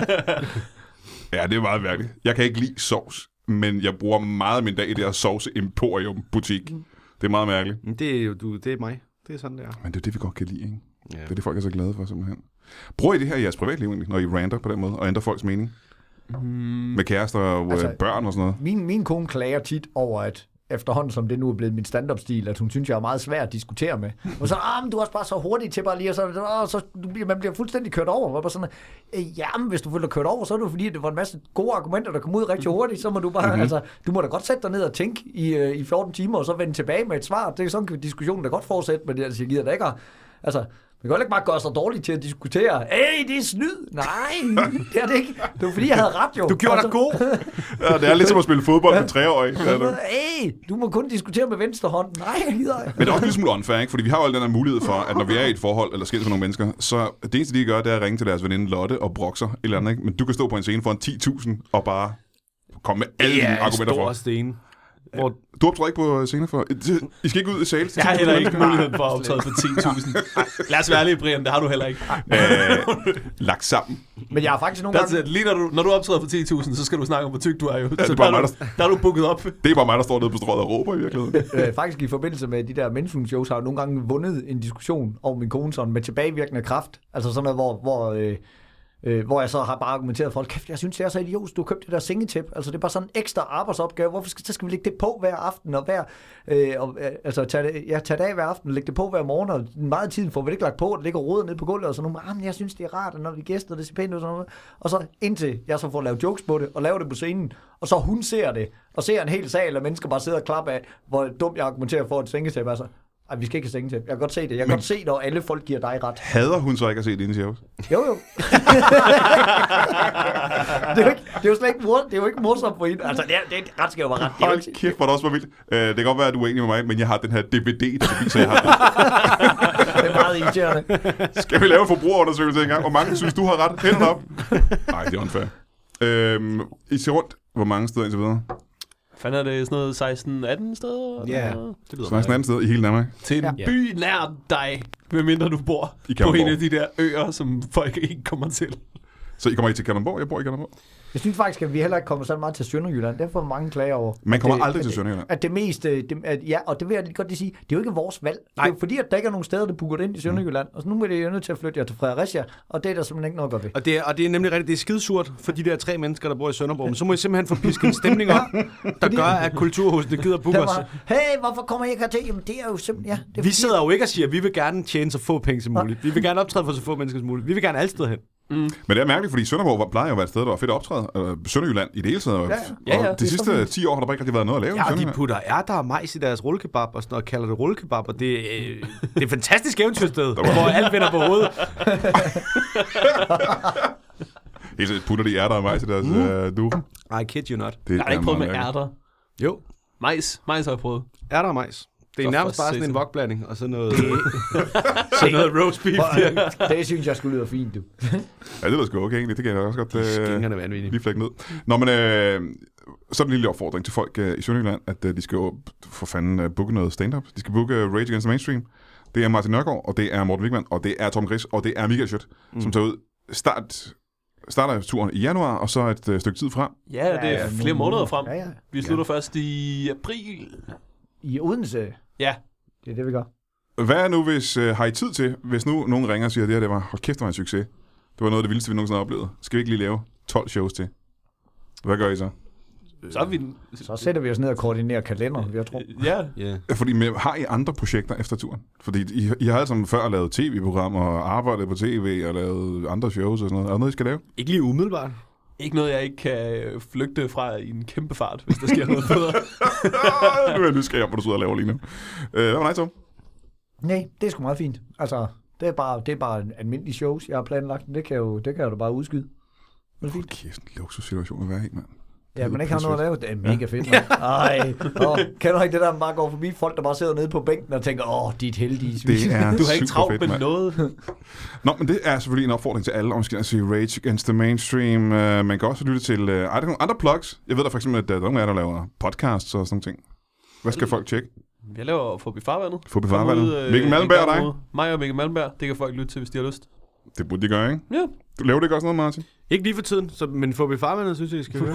Ja, det er meget mærkeligt. Jeg kan ikke lide sovs, men jeg bruger meget af min dag i det her sovse Emporium butik. Det er meget mærkeligt. Men det er jo du, det er mig. Det er sådan, det er. Men det er det, vi godt kan lide, ikke? Ja. Det er det, folk er så glade for, simpelthen. Bruger I det her i jeres privatliv egentlig, når I ranter på den måde, og ændrer folks mening? Mm. Med kærester og altså, Altså, børn og sådan noget? Min, min kone klager tit over, at efterhånden som det nu er blevet min stand-up-stil, at hun synes, jeg er meget svær at diskutere med. Og så, ah, men du er også bare så hurtig til bare lige, og så, ah, så du bliver, man bliver fuldstændig kørt over. Og bare sådan, øh, ja, men hvis du føler kørt over, så er det jo fordi, at det var en masse gode argumenter, der kom ud rigtig hurtigt. Så må du bare, mm-hmm. altså, du må da godt sætte dig ned og tænke i, øh, i fjorten timer, og så vende tilbage med et svar. Det er sådan, kan diskussionen da godt fortsætte, men det, altså, jeg gider da ikke at, altså, man kan jo ikke bare gøre sig dårligt til at diskutere. Hey, det er snyd! Nej, det er det ikke. Det var fordi, jeg havde ret jo. Du gjorde dig Altså- god. Ja, det er lidt som at spille fodbold med treårige. Ja, det. Hey, du må kun diskutere med venstre hånd. Nej, jeg gider ikke. Men det er også en lille smule unfair, ikke? Fordi vi har jo al den her mulighed for, at når vi er i et forhold, eller skilles med nogle mennesker, så det eneste, de gør, det er at ringe til deres veninde Lotte og brokke sig, eller andet, ikke? Men du kan stå på en scene foran ti tusind og bare komme med alle dine argumenter for. sten. Hvor Du optræder ikke på scener for... I skal ikke ud i sale til Jeg har ti tusind heller ikke mennesker. muligheden for at optræde for ti tusind. Lad os være ærlige, Brian, det har du heller ikke. Øh, lagt sammen. Men jeg har faktisk nogle That's gange... it. Lige når du, når du optræder for ti tusind, så skal du snakke om, hvor tyk du er jo. det er Så bare der, er mig, du, der er du booket op. Det er bare mig, der står nede på strået og råber i virkeligheden. Øh, faktisk i forbindelse med de der menstruation-shows har jeg nogle gange vundet en diskussion over min kone sådan med tilbagevirkende kraft. Altså sådan noget, hvor... hvor øh, Øh, hvor jeg så har bare argumenteret for, hold kæft, jeg synes, det er så idiotisk, du har købt det der sengetæp. Altså, det er bare sådan en ekstra arbejdsopgave. Hvorfor skal, så skal vi lægge det på hver aften, og hver, øh, og, øh, altså, tage det, ja, tage det af hver aften, og lægge det på hver morgen, og meget af tiden får vi det ikke lagt på, og det ligger rodet nede på gulvet, og sådan noget. Ah, men jeg synes, det er rart, når vi gæster, det ser pænt ud, og sådan noget. Og så indtil jeg så får lavet jokes på det, og laver det på scenen, og så hun ser det, og ser en hel sal af mennesker bare sidder og klapper af, hvor dumt jeg argumenterer for et sengetæp, altså. Ej, vi skal ikke have senge til. Jeg kan godt se det. Jeg kan Men... godt se, når alle folk giver dig ret. Hader hun så ikke at se dine shows? Jo, jo. det, er jo ikke, det er jo slet ikke, mor, det er jo ikke morsomt for hende. Altså, det er, det er ret skal jo være ret. Hold ikke... kæft, hvor det også var vildt. Uh, det kan godt være, at du er uenig med mig, men jeg har den her D V D, der beviser, jeg har det. Det er meget irriterende. Skal vi lave en forbrugerundersøgelse engang? Hvor mange synes, du har ret? Hænderne op. Nej, det er unfair. Øhm, I ser rundt. Hvor mange steder indtil videre? Fanden er det sådan noget seksten atten steder? Ja, yeah, det lyder seksten atten steder i hele Danmark. Til en ja. by nær dig, medmindre du bor på en af de der øer, som folk ikke kommer til. Så I kommer ikke til Kalundborg? Jeg bor i Kalundborg. Jeg synes faktisk, at vi heller ikke kommer så meget til Sønderjylland. Det er for mange klager over. Man kommer det, aldrig at, til Sønderjylland. At det meste, det, at, ja, og det vil jeg godt lige sige, det er jo ikke vores valg. Nej. Det er jo fordi, at der ikke er nogen steder, der booker ind i Sønderjylland. Og så nu er det jo nødt til at flytte jer til Fredericia, og det er der simpelthen ikke noget at gøre ved. Og det er, og det er nemlig rigtigt, det er skidesurt for de der tre mennesker, der bor i Sønderborg. Men så må I simpelthen få pisket en stemning op, der gør, at kulturhusene gider booke os. Hey, hvorfor kommer jeg ikke hertil? Jamen det er jo simpelthen, ja. Det er vi fordi... sidder jo ikke og siger, at vi vil gerne tjene så få penge som muligt. Vi vil gerne optræde for så få mennesker som muligt. Vi vil gerne alle steder hen. Mm. Men det er mærkeligt, fordi Sønderborg plejer jo at være et sted, der var fedt at optræde. Øh, Sønderjylland i det hele taget. Ja, ja. Ja, ja, og de sidste ti år har der bare ikke rigtig været noget at lave. Ja, og de putter ærter og majs i deres rullekebab og sådan noget, og kalder det rullekebab, og det, øh, det er et fantastisk eventyrsted, hvor alt vender på hovedet. Helt sikkert putter de ærter og majs i deres mm. uh, du. I kid you not. Det jeg har ikke prøvet med ærter. Jo. Majs. Majs har jeg prøvet. Ærter og majs. Det er så nærmest bare sådan en wokblanding, og så noget, så noget roast beef. Det synes jeg skulle lyde fint, du. Ja, det lyder sgu okay egentlig. Det kan jeg også godt uh, lige flække ned. Nå, men øh, så er en lille opfordring til folk øh, i Sønderjylland, at øh, de skal jo for fanden øh, booke noget stand-up. De skal booke uh, Rage Against the Mainstream. Det er Martin Nørgaard, og det er Morten Wigman, og det er Tom Chris, og det er Michael Schødt, mm. som tager ud start... starter turen i januar, og så et øh, stykke tid frem. Ja, det er ja, ja, flere måneder frem. Ja, ja. Vi slutter ja. først i april. I Odense? Ja. Det er det, vi gør. Hvad er nu, hvis øh, har I tid til, hvis nu nogen ringer og siger, at det her det var, hold kæft, det var en succes. Det var noget af det vildeste, vi nogensinde har oplevet. Skal vi ikke lige lave tolv shows til? Hvad gør I så? Så, er vi... så sætter vi os ned og koordinerer kalender, jeg tror. Ja. Yeah. Fordi med, har I andre projekter efter turen? Fordi I, I har altså før lavet tv-programmer og arbejdet på tv og lavet andre shows og sådan noget. Er der noget, I skal lave? Ikke lige umiddelbart. Ikke noget, jeg ikke kan flygte fra i en kæmpe fart, hvis der sker noget bedre. Nu er jeg nysgerrig om, hvad du sidder og laver lige nu. Øh, hvad var dig, Tom? Nej, det er sgu meget fint. Altså, det er bare, det er bare en almindelig shows, jeg har planlagt. Det kan jo, det kan jeg jo bare udskyde. Det er fint. Kæft, en luksussituation at være i, mand. Ja, men ikke har noget at lave. Det er mega fedt. Ej, åh, kan du ikke det der, man bare går forbi folk, der bare sidder nede på bænken og tænker, åh, dit heldige svin. Det er du har ikke travlt fedt, med noget. Nå, men det er selvfølgelig en opfordring til alle, om skal sige Rage Against the Mainstream. Uh, man kan også lytte til uh, er der nogle andre plugs. Jeg ved da for eksempel, at der er nogle af jer, der laver podcasts og sådan ting. Hvad skal folk tjekke? Jeg laver Forbi Farvandet. Forbi Farvandet. Øh, Mikkel Malmberg og dig? Mig og Mikkel Malmberg. Det kan folk lytte til, hvis de har lyst. Det burde de gøre, ikke? Ja. Du laver det ikke også noget, Martin? Ikke lige for tiden, så, men Forbi Farvandet, synes jeg, I skal høre.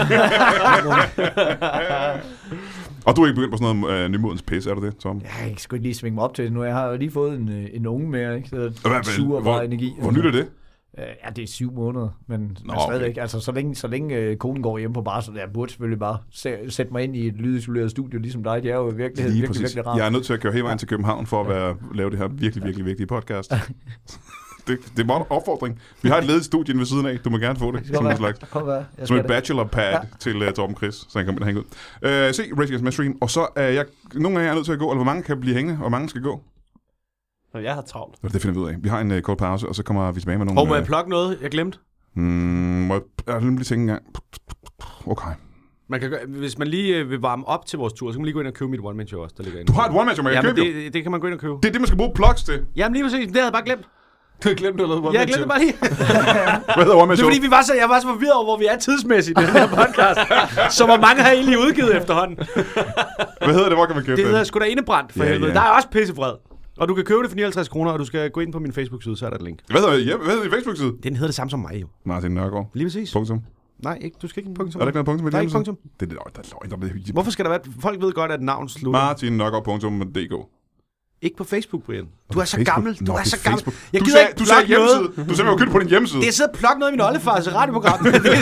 Og du er ikke begyndt på sådan noget uh, nymodens pis, er du det, Tom? Ja, jeg skal ikke lige svinge mig op til det nu. Jeg har jo lige fået en, en unge med, ikke? Så Hvad, sur hvor, energi. Hvor nyt er det? Ja, det er syv måneder, men, Nå, men stadigvæk. okay. Altså, så længe, så længe uh, konen går hjem på barsel, jeg burde selvfølgelig bare sæ- sætte mig ind i et lydisoleret studie, ligesom dig. Det er jo i virkeligheden Lige virkelig, virkelig rart. Jeg er nødt til at køre hele vejen ja. til København for at være, lave det her virkelig, virkelig vigtige podcast. det, det er meget opfordring. Vi har et ledigt studie ved siden af. Du må gerne få det. det som en slags. Som en bachelorpad ja. til uh, Torben Chris, så han kan hænge ud. Uh, se Rage Against the Stream. Og så er jeg, nogle af jer er nødt til at gå, eller hvor mange kan blive hængende, og hvor mange skal gå? Jeg har travlt. Det finder vi ud af. Vi har en uh, kort pause, og så kommer vi tilbage med nogle... Og må jeg plukke noget, jeg glemte? Hmm, må jeg... Jeg vil lige tænke en gang. Okay. Man kan, hvis man lige øh, vil varme op til vores tur, så kan man lige gå ind og købe mit one-man-show også, der ligger inde. Du har et one-man-show, man kan ja, købe det, det kan man gå ind og købe. Det er det, man skal bruge plugs til. Jamen lige præcis, det havde jeg bare glemt. Du har glemt, du har lavet one-man-show. Jeg glemte det bare lige. Hvad hedder one-man-show? Det er fordi, vi var så, jeg var så forvirret over, hvor vi er tidsmæssigt i den her podcast. Så hvor mange har egentlig udgivet efterhånden. Hvad hedder det, hvor kan man købe det? Det hedder sgu da Indebrændt, for ja, helvede. Ja. Der er også pissefred. Og du kan købe det for nioghalvtreds kroner, og du skal gå ind på min Facebook-side, så er der et link. Hvad hedder, ja, hvad hedder din Facebook-side? Den hedder det samme som mig, jo. Martin Nørgaard. Lige præcis. Punktum. Nej, ikke, du skal ikke en punktum. Er der ikke noget punktum i det? Der er ikke punktum. Det er det, der er løgn. Hvorfor skal der være... Folk ved godt, at navn slutter. Martin Nørgaard punktum d k. Ikke på Facebook, Brian. Du er så Facebook? gammel. Du Nå, er så gammel. Facebook. Jeg du gider sagde, ikke du sagde hjemmeside. noget. Du sagde, at vi på din hjemmeside. Det er siddet og plukke noget i min oldefars radioprogram. Det er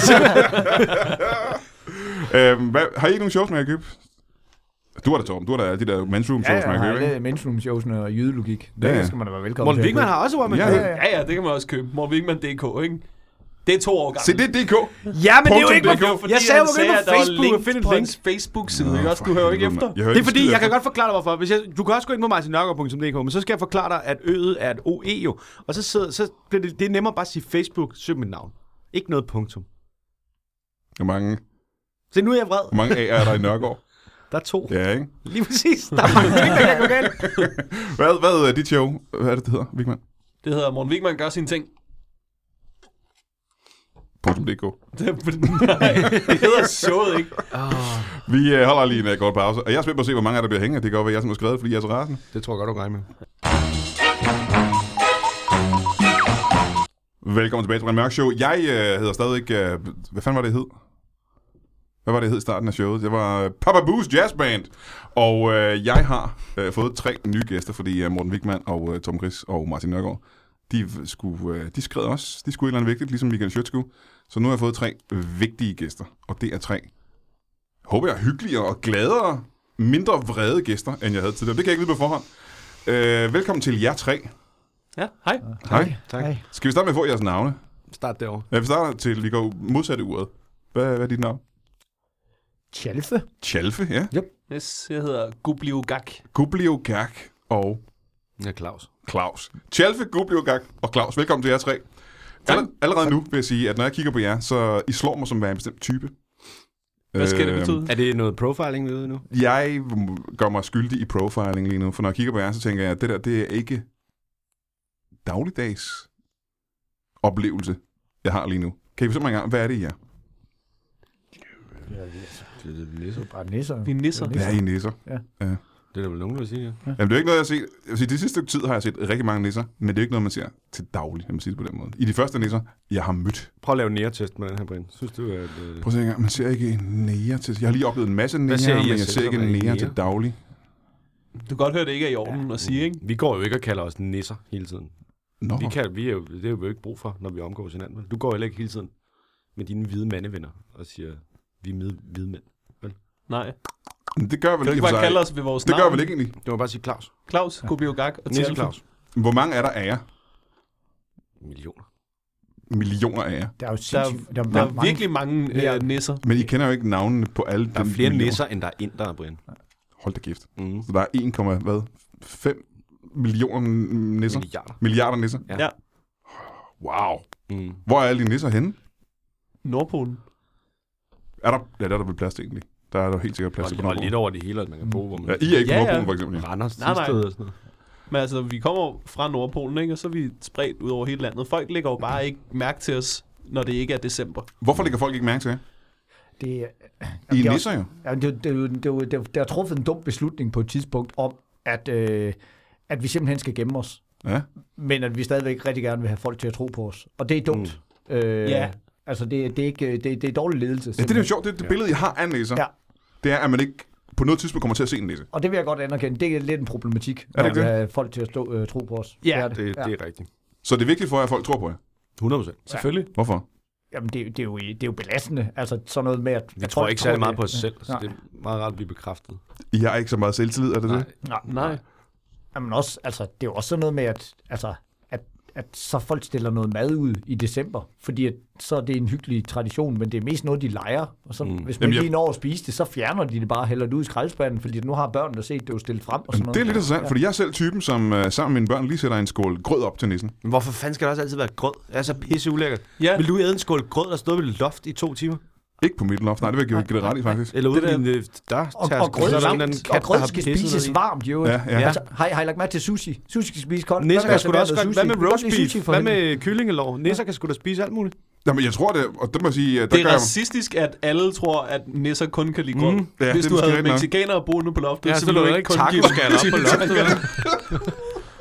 øhm, hvad, har I ikke nogen shows, man kan købe? Du er der, Torben. Du er der de der men's room shows, ja, man kan købe, ikke? Ja, men's room shows og jydelogik. Det ja, ja. skal man da være velkommen Morten til. Wigman har også one-man ja, ja. ja, ja, det kan man også købe. Morten Wigman punktum d k, ikke? Det er to år gammelt. Se, det er D K. Ja, men det er jo ikke... Det er jo fordi, Jeg sagde jo, han at sagde, gå at på der var Facebook og link finde på et link. hans Facebook-side. Ikke også? Du hører jo ikke efter. Jeg hører Det er fordi, skid jeg kan efter. godt forklare dig, hvorfor. Hvis jeg, du kan også gå ind på martin nørgaard punktum d k, men så skal jeg forklare dig, at øet er et O E jo. Og så, sidder, så bliver det, det er nemmere bare at sige Facebook, søg mit navn. Ikke noget punktum. Hvor mange, Så nu er jeg vred. hvor mange A'er er der i Nørgaard? Der er to. Ja, ikke? Lige præcis. Der er mange ting, der kan gå galt. Hvad, hvad er dit show? Hvad er det, det hedder, Vigman? Det hedder Morten Wigman gør sine ting. .dk. Det, nej, det hedder showet, ikke? Vi øh, holder lige en uh, kort pause, og jeg er spændt på at se, hvor mange af der bliver hængende. Det kan godt være, jeg som har skrevet, fordi jeg er så rasende. Det tror jeg godt, du kan regne med. Velkommen tilbage til Brian Mørk Show. Jeg øh, hedder stadig ikke... Øh, hvad fanden var det, hed? Hvad var det, hed i starten af showet? Det var Papa Boo's Jazz Band. Og øh, jeg har øh, fået tre nye gæster, fordi øh, Morten Wigman og øh, Tom Chris og Martin Nørgaard, de, skulle, øh, de skrev også. De skulle et eller andet vigtigt, ligesom Michael Schøtz skulle. Så nu har jeg fået tre vigtige gæster. Og det er tre, håber jeg, hyggeligere og gladere, mindre vrede gæster, end jeg havde tidligere. Det kan jeg ikke vide på forhånd. Øh, velkommen til jer tre. Ja, hej. Hej. Tak. Hej. Skal vi starte med at få jeres navne? Start derovre. Ja, vi starter til, vi går modsatte uret. Hvad, hvad er dit navn? Tjalfe. Tjalfe, ja. Yes, jeg hedder Gubliugak. Gublio Gak og Ja, Claus. Claus. Tjalfe, Gublio Gak og Claus. Velkommen til jer tre. Aller, allerede nu vil jeg sige, at når jeg kigger på jer, så I slår mig som være en bestemt type. Hvad skal det Øhm, betyde? Er det noget profiling, vi ved nu? Jeg gør mig skyldig i profiling lige nu, for når jeg kigger på jer, så tænker jeg, at det der, det er ikke dagligdags oplevelse, jeg har lige nu. Kan I forstå mig engang, hvad er det, I er? Det er nisser. Bare nisser. Vi er nisser. Hvad er I nisser? Det er der vel nogen, der vil sige, ja. Jamen, det er jo ikke noget, jeg har set. Jeg vil sige, det sidste stykke tid har jeg set rigtig mange nisser, men det er jo ikke noget, man ser til daglig, kan man sige det på den måde. I de første nisser, jeg har mødt. Prøv at lave en næretest med den her, Brian. Synes du, at... Øh... Prøv at se en gang, man ser ikke en nære til... Jeg har lige oplevet en masse Hvad ser I nære, men jer jeg selv ser ikke som en en nære nære? til daglig. Du kan godt høre, at det ikke er i orden at sige, ikke? Vi går jo ikke og kalder os nisser hele tiden. Nå, Vi kan, vi er jo, det er jo ikke brug for, når vi omgås hinanden. vel? Du går heller ikke hele tiden med dine hvide mandevenner og siger, vi er med hvide mænd. Nej. det gør vel Kan du ikke ikke for bare sig. kalde os ved vores Det navn? gør vel ikke egentlig. Du må bare sige Claus. Claus, Gubliugak og Nisse Tjalfe. Claus. Hvor mange er der af jer? Millioner. Millioner af jer. Der er jo Der, sindssygt. der, Der, der er er mange- virkelig mange Ja. øh, nisser. Men I kender jo ikke navnene på alle Der er de flere millioner. nisser, end der er indere, Brian. Hold da gift. Mm. Så der er en komma fem millioner nisser? Milliarder. Milliarder nisser? Ja. Ja. Wow. Mm. Hvor er alle de nisser henne? Nordpolen. Er der... Ja, der er der vel plads til egentlig. Der er der helt sikkert plads Og, til og Nordpolen. lidt over det hele, at man kan bo, hvor man... Ja, I er ikke på Ja, ja. Nordpolen, for eksempel. Ja. Randers, Nej, nej. Thisted og sådan noget. Men altså, vi kommer fra Nordpolen, ikke? Og så er vi spredt ud over hele landet. Folk lægger jo bare ikke mærke til os, når det ikke er december. Hvorfor lægger folk ikke mærke til jer? Det, er- I det er er nisser jo. Ja, det, det, det, det, det, det, der er truffet en dum beslutning på et tidspunkt om, at, øh, at vi simpelthen skal gemme os. Ja. Men at vi stadigvæk rigtig gerne vil have folk til at tro på os. Og det er dumt. Mm. Øh, Ja. Altså, det, det, er ikke, det, det er dårlig ledelse. Ja, det er jo sjovt. Det, det billede, jeg har af nisser, Ja. det er, at man ikke på noget tidspunkt kommer til at se en nisse. Og det vil jeg godt anerkende. Det er lidt en problematik, Er det når ikke vi det? har folk til at stå, øh, tro på os. Ja, er Det, Ja. det er rigtigt. Så det er vigtigt for jer, at folk tror på jer. hundrede procent. Selvfølgelig. Hvorfor? Jamen, det, det, er jo, det er jo belastende. Altså, sådan noget med, at... Vi at tror folk ikke særlig det. meget på os selv, så Nej. det er meget rart at blive bekræftet. I har ikke så meget selvtillid, er det det? Nej. Nej. Jamen også, altså, det er jo også sådan noget med, at, altså, at, at så folk stiller noget mad ud i december, fordi at, så er det en hyggelig tradition, men det er mest noget, de leger. Og så, mm. hvis man Jamen, ikke jeg- lige når at spise det, så fjerner de det bare og hælder det ud i skraldespanden, fordi nu har børnene set det jo stillet frem. Og sådan Jamen, noget. det er lidt interessant, fordi jeg er selv typen, som uh, sammen med mine børn lige sætter en skål grød op til nissen. Men hvorfor fanden skal der også altid være grød? Det er så pisse ulækkert. Ja. Vil du æde en skål grød, der stod ved et loft i to timer? Ikke på mit loft, nej, det vil jeg give det ret i faktisk. Eller ude Det i der- din... øh, Der Og, tager og grød, så er der en skal, eller anden og kat, grød der har skal pisset spises ned i. varmt, jo. Ja, ja. Altså, har, I, har I lagt mærke til sushi? Sushi skal spises koldt. Nisser Hvad kan med sgu da også noget godt... sushi? Hvad med Vi kan roast godt lide beef? sushi for Hvad helvede. med kyllingelår? Nisser kan sgu da spise alt muligt. Jamen, jeg tror det, og det må jeg sige, der Det gør er jeg... racistisk, at alle tror, at nisser kun kan lide grød. Mm. Mm. Ja, Hvis det er du måske havde rigtigt nok. mexikanere boende på loftet, Ja, så så ville lå du der ikke ikke kun give tacoskaller op på chili loftet.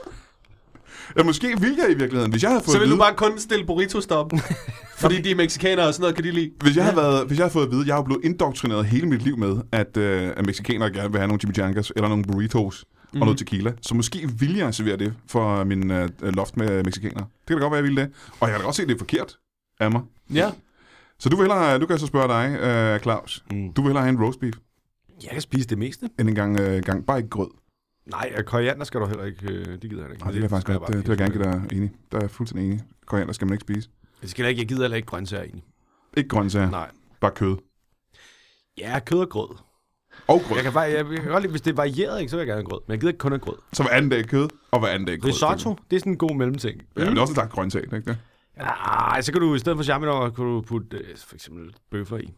Ja, måske vil jeg i virkeligheden, hvis jeg havde fået Så at vil vide... du bare kun stille burrito-stop. Fordi de er mexikanere og sådan noget, kan de lide. Hvis jeg, havde været, hvis jeg havde fået at vide, jeg har jo blevet indoktrineret hele mit liv med, at, øh, at mexikanere gerne vil have nogle chimichangas eller nogle burritos mm. og noget tequila. Så måske vil jeg servere det for min øh, loft med mexikanere. Det kan da godt være, jeg vil det. Og jeg kan da godt se, at det er forkert af mig. Ja. Så du vil hellere, du kan så spørge dig, øh, Claus. Mm. Du vil hellere have en roast beef, Jeg kan spise det meste. end en gang, øh, gang bare ikke grød. Nej, og koriander skal du heller ikke... Øh, det gider jeg ikke. Nej, det vil jeg faktisk godt. Det, det vil jeg gerne give dig enig. Der er jeg fuldstændig enig. Koriander skal man ikke spise. Det skal ikke, jeg gider heller ikke grøntsager egentlig. Ikke grøntsager? Nej. Bare kød? Ja, kød og grød. Og grød? Jeg kan, bare, jeg, jeg kan godt lide, hvis det er varieret, ikke, så vil jeg gerne have grød. Men jeg gider ikke kun have grød. Så hver anden dag kød, og hver anden dag grød? Risotto, det er sådan en god mellemting. Ja, men det er også en slags grøntsag, ikke det? Nej, så kan du i stedet for champignon, kan du putte øh, for eksempel bøffer i.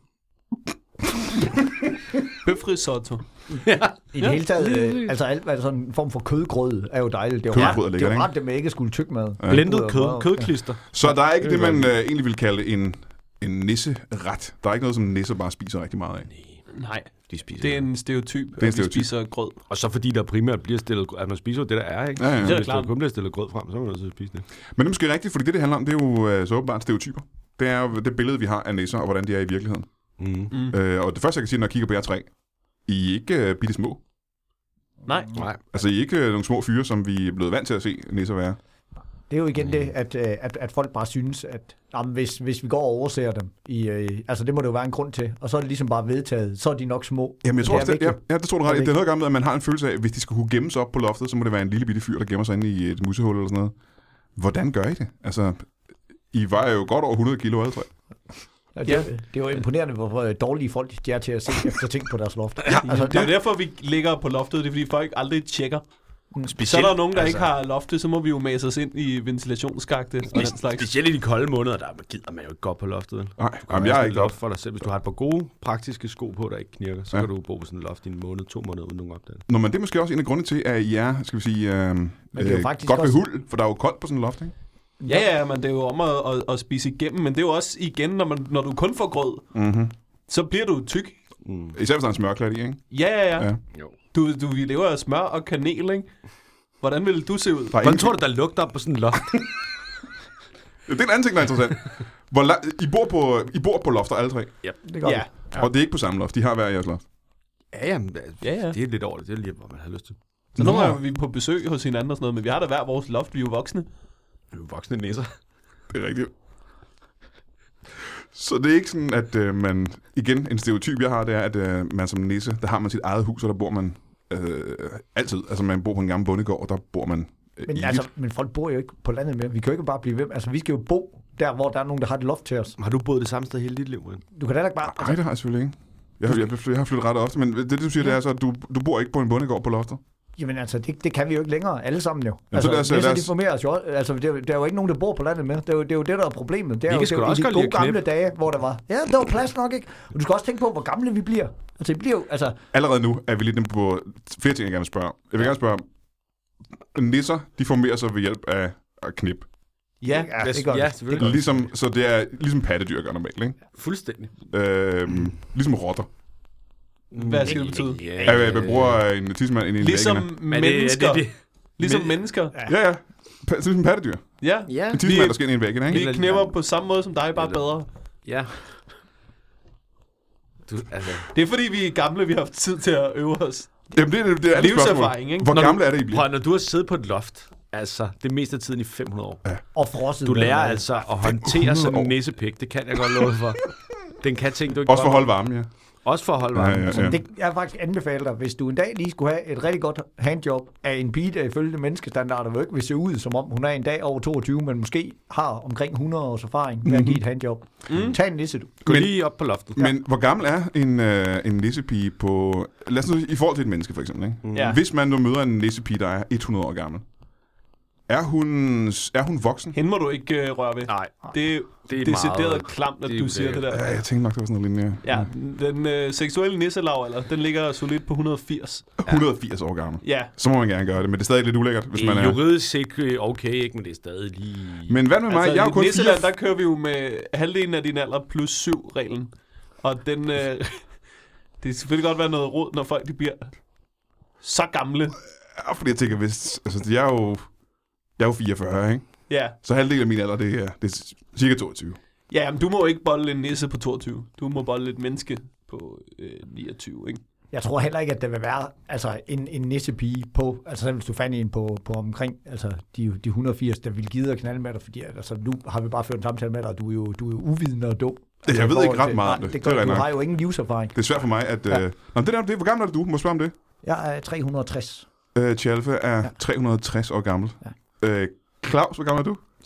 Bøfrisotto. Ja. I det hele taget, øh, altså alt, hvad er sådan en form for kødgrød, er jo dejligt. Det er jo Kødgrød er ret, det lækkert, er jo ikke? ret det med ikke at skulle tykke mad. Ja. Blendet kød, kødklister. Så der er ikke det, man øh, egentlig vil kalde en, en nisseret. Der er ikke noget, som nisser bare spiser rigtig meget af. Nej, De spiser det er en stereotyp, Det er en at stereotyp. vi spiser grød. Og så fordi der primært bliver stillet grød. Altså man spiser jo det, der er, ikke? Ja, ja. Så Det er hvis klart. der kun bliver stillet grød frem, så er man nødt til at spise det. Men det er måske rigtigt, fordi det, det handler om, det er jo øh, så åbenbart stereotyper. Det er jo det billede, vi har af nisser, og hvordan de er i virkeligheden. Mm. Mm. Øh, og det første, jeg kan sige, når jeg kigger på jer tre, I er ikke øh, bitte små. Nej. Nej. Altså, I er ikke øh, nogle små fyre, som vi er blevet vant til at se nisser være. Det er jo igen det, at, øh, at, at folk bare synes, at jamen, hvis, hvis vi går og overser dem, i, øh, altså det må det jo være en grund til, og så er det ligesom bare vedtaget, så er de nok små. Jamen, jeg tror Det er også, det, ja, vigtigt. ja, det tror du ret. i. Det er noget at gøre med, at man har en følelse af, at hvis de skulle kunne gemme sig op på loftet, så må det være en lille bitte fyr, der gemmer sig inde i et musehul eller sådan noget. Hvordan gør I det? Altså, I vejer jo godt over hundrede kilo, alle tre. Og det, ja. det er jo imponerende, hvor dårlige folk de er til at se efter ting på deres loft. Ja, altså, det er jo derfor, vi ligger på loftet. Det er, fordi folk aldrig tjekker. Specielt, Så er der nogen, der altså, ikke har loftet, så må vi jo mase os ind i ventilationsskakte og den slags. Specielt i de kolde måneder, der gider man jo ikke gå op på loftet. vel? Nej, Du kan jamen, have jeg er sådan et ikke loft op. for dig selv. Hvis du har et par gode, praktiske sko på, der ikke knirker, så Ja. kan du bo på sådan et loft i en måned, to måneder uden nogen opdagelse. Nå, men det er måske også en af grundene til, at I er, skal vi sige, øh, det er jo øh, faktisk godt ved også- huld, for der er jo koldt på sådan en loft, ikke? Ja, ja, men det er jo om at, at, at spise igennem. Men det er jo også igen, når, man, når du kun får grød, Mm-hmm. så bliver du tyk. Mm. Især hvis der er en smørklat i, ikke? Ja, ja, ja. Ja. Jo. Du, du, vi lever af smør og kanel, ikke? Hvordan ville du se ud? Der er Hvordan ingen- tror du, der lugter op på sådan et loft? Det er en anden ting, der er interessant. Hvor la- I, bor på, I bor på lofter alle tre, det gør Ja. ja. og det er ikke på samme loft. De har hver jeres loft. ja, jamen, Ja, ja. det er lidt over det. Det er lige, hvor man har lyst til. Så nogle gange er vi på besøg hos hinanden og sådan noget, men vi har da hver vores loft, vi er jo voksne. Det er jo voksne næser. Det er rigtigt. Så det er ikke sådan, at øh, man... Igen, en stereotyp, jeg har, det er, at øh, man som nisse, der har man sit eget hus, og der bor man øh, altid. Altså, man bor på en gammel bondegård, og der bor man øh, Men, evigt. altså, men folk bor jo ikke på landet mere. Vi kan jo ikke bare blive ved. Altså, vi skal jo bo der, hvor der er nogen, der har et loft til os. Har du boet det samme sted hele dit liv, Brian? Du kan da heller ikke bare... Nej, det har jeg selvfølgelig ikke. Jeg, jeg, jeg, jeg har flyttet ret ofte, men det, det du siger, det er så, at du, du bor ikke på en bondegård på loftet. Jamen altså, det, det kan vi jo ikke længere, alle sammen jo. Jamen, så altså, lad os- det, lad de os- formerer os jo. Altså, det er, jo- der er jo ikke nogen, der bor på landet mere. Det er jo det, er jo det der er problemet. Det er Vi jo, kan det sgu er da jo også i de godt lide gode at gamle knæppe. dage, hvor der var... Ja, der var plads nok, ikke? Og du skal også tænke på, hvor gamle vi bliver. Altså, vi bliver jo... Altså, Allerede nu er vi lidt inde på flere ting, jeg gerne vil spørge om. Jeg vil gerne spørge om, nisser, de formerer sig ved hjælp af at knip. Ja, Ja, det gør ja det. selvfølgelig. Ligesom, så det er ligesom pattedyr gør normalt, ikke? Fuldstændig. Øhm, ligesom rotter. Hvad skal det betyde? Ja, Ja, man bruger en tidsmand ind i en Ligesom væggene. Men det, mennesker. er det, det. Ligesom Men- mennesker. Ja, ja. Pa- ligesom pattedyr. Ja. Ja. En tidsmand, Vi- der skal ind i en væggene, ikke? Vi knipper på samme måde som dig, bare Eller- bedre. Ja. Du, altså, Det er fordi, vi er gamle, vi har haft tid til at øve os. Jamen, det, er- det er et Livserfaring, spørgsmål. ikke? Hvor Når gamle du- er det, I bliver? prøv, at- når du har siddet på et loft, altså det meste af tiden i fem hundrede år, og frosset. du med lærer mad. altså at håndtere hundrede sådan en år. nissepik. Det kan jeg godt love for. Den kan ting, du ikke Også for at drømmer holde varme, ja. om. Også for at holde Ja, varmen. ja, Så ja. det, jeg faktisk anbefaler dig, hvis du en dag lige skulle have et rigtig godt handjob af en pige, der ifølge menneskestandarder jo ikke vil se ud, som om hun er en dag over toogtyve, men måske har omkring hundrede års erfaring med at give et handjob. Mm. Tag en nisse, du. Gå Men- lige op på loftet. Men hvor gammel er en, øh, en nissepige på... Lad os nu sige, i forhold til et menneske, for eksempel, ikke? Mm. Ja. Hvis man nu møder en nissepige, der er hundrede år gammel, er hun, er hun voksen? Hende må du ikke uh, røre ved. Nej, Det er det er decideret meget... klamt, at det er du siger det ulækkert. der. Ja, jeg tænkte nok, det var sådan noget lignende. Ja, den øh, seksuelle nisselav, eller den ligger solidt på et hundrede og firs. et hundrede og firs år gammel. Ja, Så må man gerne gøre det, men det er stadig lidt ulækkert, hvis Det man er er... juridisk set okay, ikke, men det er stadig lige... Men hvad med mig? altså Jeg er jo i kun Nisseland, fire... der kører vi jo med halvdelen af din alder plus syv reglen. Og den... Øh, det kan selvfølgelig godt være noget råd, når folk de bliver så gamle. Ja, fordi jeg tænker, hvis... Altså, jeg er jo... Jeg er jo fireogfyrre, ikke? Ja, Så halvdelen af min alder, det er, det er cirka toogtyve. ja men du må ikke bolle en nisse på toogtyve. Du må bolle et menneske på øh, niogtyve, ikke? Jeg tror heller ikke, at der vil være altså, en, en nissepige på, altså selv hvis du fandt en på, på omkring altså, de, de et hundrede og firs, der vil gide at knalde med dig, fordi altså, nu har vi bare ført en samtale med dig, og du er jo, du er jo uvidende og dum. Altså, Jeg ved i ikke forhold ret meget om nej, det. det, Det er gør, rigtig du nok. har jo ingen livserfaring. Det er svært for mig at... Ja. Ja. Øh... Nå, det der, det, hvor gammel er du? Må jeg spørge om det? Jeg er tre hundrede og tres. Øh, Tjalfe er tre hundrede og tres år gammel. Ja. Øh, Claus, hvor gammel er du?